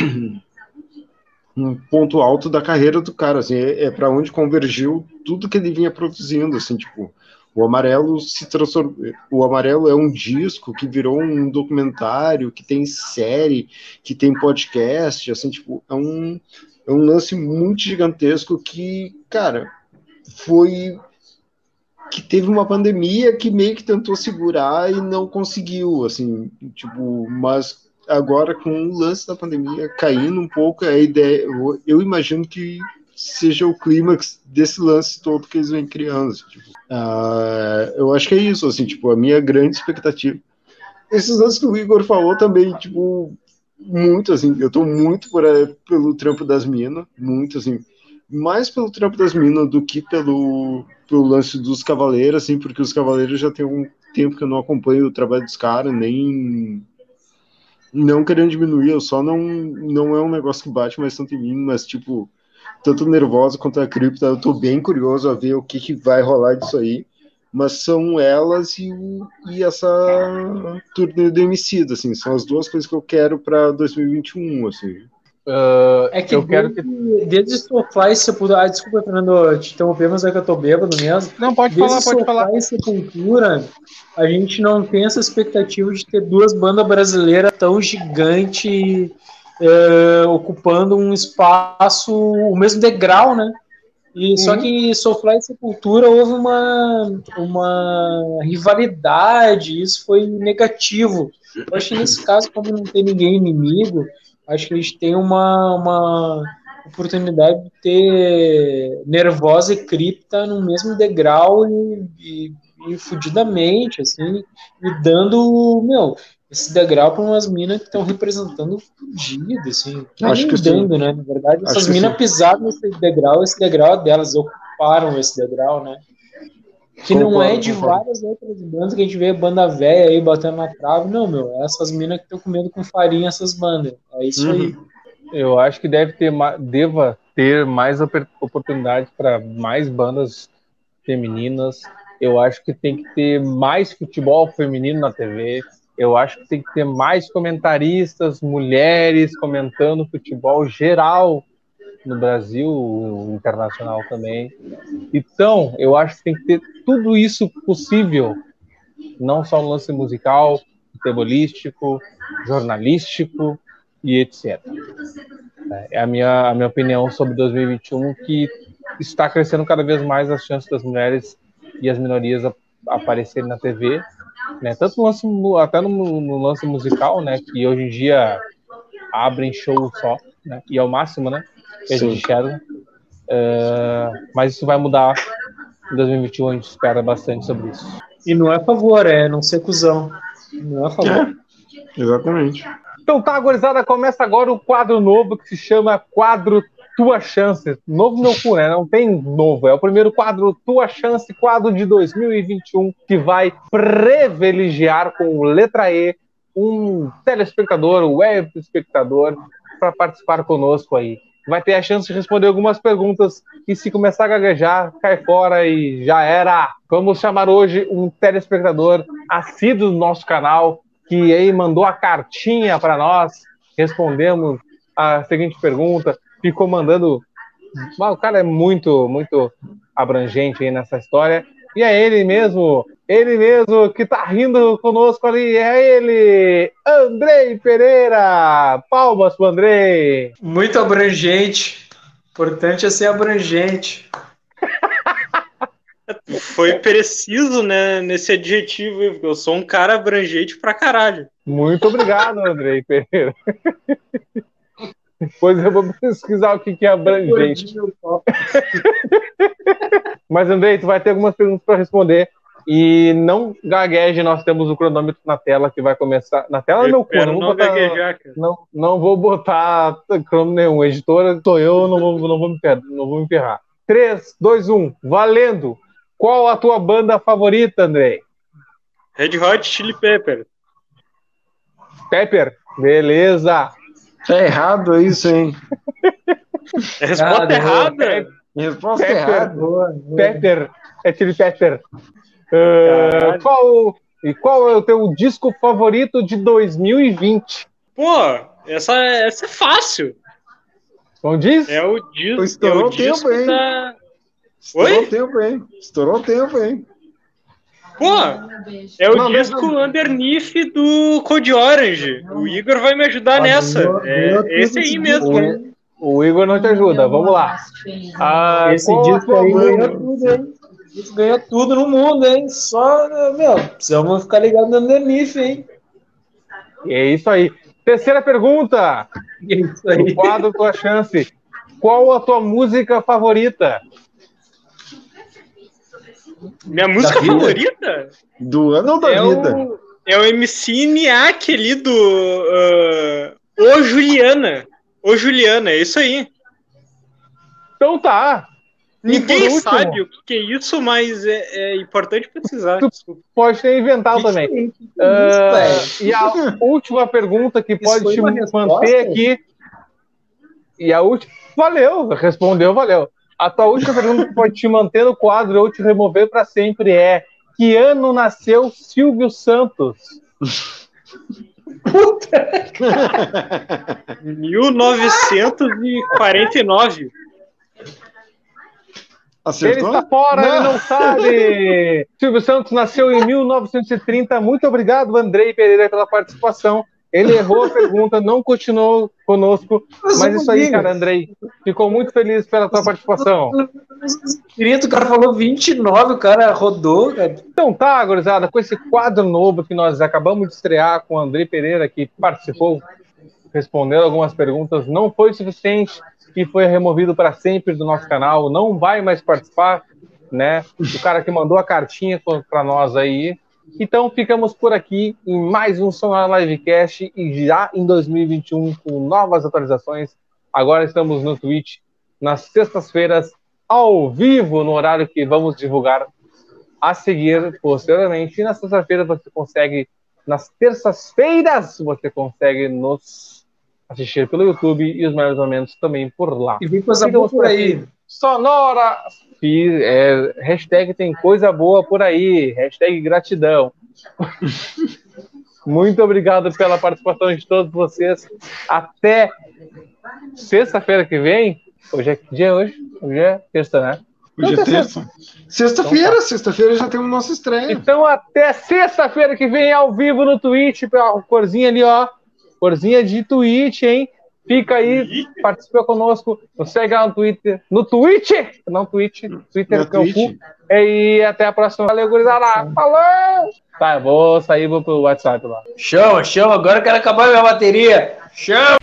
ponto alto da carreira do cara, assim, é para onde convergiu tudo que ele vinha produzindo, assim, tipo, o Amarelo se transformou. O Amarelo é um disco que virou um documentário, que tem série, que tem podcast, assim, tipo, é um lance muito gigantesco que, cara, foi que teve uma pandemia que meio que tentou segurar e não conseguiu, assim, tipo, mas agora com o lance da pandemia caindo um pouco, a ideia, eu imagino que seja o clímax desse lance todo que eles vêm criando, assim, tipo, eu acho que é isso, assim, tipo, a minha grande expectativa. Esses lances que o Igor falou também, tipo, muito, assim, eu tô muito pelo trampo das minas, muito, assim, mais pelo trampo das minas do que pelo lance dos cavaleiros, assim, porque os cavaleiros já tem um tempo que eu não acompanho o trabalho dos caras, nem não querendo diminuir, eu só não é um negócio que bate mais tanto em mim, mas, tipo, tanto nervosa quanto a cripta, eu tô bem curioso a ver o que vai rolar disso aí, mas são elas e essa turnê do Emicida, assim, são as duas coisas que eu quero pra 2021, assim. É que eu quero que... desde Soulfly e Sepultura... desculpa, Fernando, te interromper, mas é que eu tô bêbado mesmo. Não, pode Desde falar, pode falar. Soulfly e Sepultura, a gente não tem essa expectativa de ter duas bandas brasileiras tão gigantes ocupando um espaço, o mesmo degrau, né? E só que Soulfly e Sepultura houve uma rivalidade, isso foi negativo. Eu acho que nesse caso, como não tem ninguém inimigo, acho que a gente tem uma oportunidade de ter Nervosa e Cripta no mesmo degrau e fudidamente, assim, e dando, esse degrau para umas minas que estão representando fudido, assim. Acho que dando, né? Na verdade, essas minas pisaram nesse degrau, esse degrau é delas, ocuparam esse degrau, né? Que não é de várias outras bandas que a gente vê banda velha aí batendo na trave. Não, é essas minas que estão comendo com farinha essas bandas. É isso aí. Eu acho que deva ter mais oportunidades para mais bandas femininas. Eu acho que tem que ter mais futebol feminino na TV. Eu acho que tem que ter mais comentaristas, mulheres comentando futebol geral no Brasil, internacional também. Então, eu acho que tem que ter tudo isso possível, não só no lance musical, futebolístico, jornalístico e etc. É a minha opinião sobre 2021, que está crescendo cada vez mais as chances das mulheres e as minorias aparecerem na TV, né? Tanto no lance, até no lance musical, né? Que hoje em dia abrem show só, né? E é o máximo, né? Que a gente enxerga. Mas isso vai mudar em 2021, a gente espera bastante sobre isso. E não é a favor, é não ser cuzão. Não é a favor. Exatamente. Então tá, gurizada, começa agora o quadro novo que se chama Quadro Tua Chance. Novo meu cu, né? Não tem novo. É o primeiro quadro Tua Chance, quadro de 2021, que vai privilegiar com letra E um telespectador, um web espectador, para participar conosco aí. Vai ter a chance de responder algumas perguntas e se começar a gaguejar, cai fora e já era. Vamos chamar hoje um telespectador assíduo do nosso canal, que aí mandou a cartinha para nós, respondemos a seguinte pergunta, ficou mandando... O cara é muito, muito abrangente aí nessa história, e é ele mesmo que tá rindo conosco ali, é ele, Andrei Pereira! Palmas pro Andrei! Muito abrangente, importante é ser abrangente. Foi preciso, né, nesse adjetivo, porque eu sou um cara abrangente pra caralho. Muito obrigado, Andrei Pereira. Depois eu vou pesquisar o que é abrangente. Mas, Andrei, tu vai ter algumas perguntas para responder. E não gagueje, nós temos o cronômetro na tela que vai começar. Na tela do meu cu, não vou botar cronômetro nenhum. Editora, sou eu, não vou me ferrar. 3, 2, 1, valendo! Qual a tua banda favorita, Andrei? Red Hot Chili Pepper. Pepper? Beleza! Tá errado isso, hein? É resposta errada? Resposta errada. Pepper. É Chili Pepper. Qual é o teu disco favorito de 2020? Pô, essa é fácil. Como diz? É o disco. Estourou o tempo, hein? Estourou o tempo, hein? Pô, é o disco Underneath do Code Orange. O Igor vai me ajudar nessa. É esse aí mesmo. O Igor não te ajuda, vamos lá. Esse disco aí ganhou tudo, hein? A gente ganha tudo no mundo, hein? Só, precisamos ficar ligados no Underneath, hein? É isso aí. Terceira pergunta. É isso aí. No quadro Tua Chance. Qual a tua música favorita? Minha música vida? favorita? Do ano ou da vida? É o MC Niak ali do Ô Juliana. Ô Juliana, é isso aí. Então tá. Ninguém último, sabe o que é isso, mas é importante precisar. Pode ter inventado também. E a última pergunta que pode te manter aqui. E a última. Valeu, respondeu, valeu. A tua última pergunta que pode te manter no quadro ou te remover para sempre é: que ano nasceu Silvio Santos? 1949. Acertou? Ele está fora, ele não sabe. Silvio Santos nasceu em 1930. Muito obrigado, Andrei Pereira, pela participação. Ele errou a pergunta, não continuou conosco. Mas isso aí, cara, Andrei. Ficou muito feliz pela tua participação. O cara falou 29, o cara rodou, cara. Então tá, gurizada, com esse quadro novo que nós acabamos de estrear com o Andrei Pereira, que participou, respondendo algumas perguntas, não foi suficiente e foi removido para sempre do nosso canal, não vai mais participar, né? O cara que mandou a cartinha para nós aí. Então ficamos por aqui em mais um Sonora Livecast e já em 2021 com novas atualizações. Agora estamos no Twitch nas sextas-feiras ao vivo, no horário que vamos divulgar a seguir posteriormente. E na sexta-feira você consegue, nas terças-feiras você consegue nos assistir pelo YouTube e os melhores momentos também por lá. E vem coisa boa por aí. Sonora! Hashtag tem coisa boa por aí. Hashtag gratidão. Muito obrigado pela participação de todos vocês. Até sexta-feira que vem. Hoje é que dia hoje? Hoje é terça, né? Hoje é terça. Sexta-feira, então, sexta-feira já temos nossa estreia. Então até sexta-feira que vem ao vivo no Twitch. A corzinha ali, ó. Corzinha de Twitch, hein? Fica aí, participa conosco, nos segue lá no Twitter, no Twitch, não Twitch, Twitter que é o cu. E até a próxima. Valeu, gurizada. Falou! Tá, eu vou sair e vou pro WhatsApp lá. Chama, agora eu quero acabar minha bateria. Chama!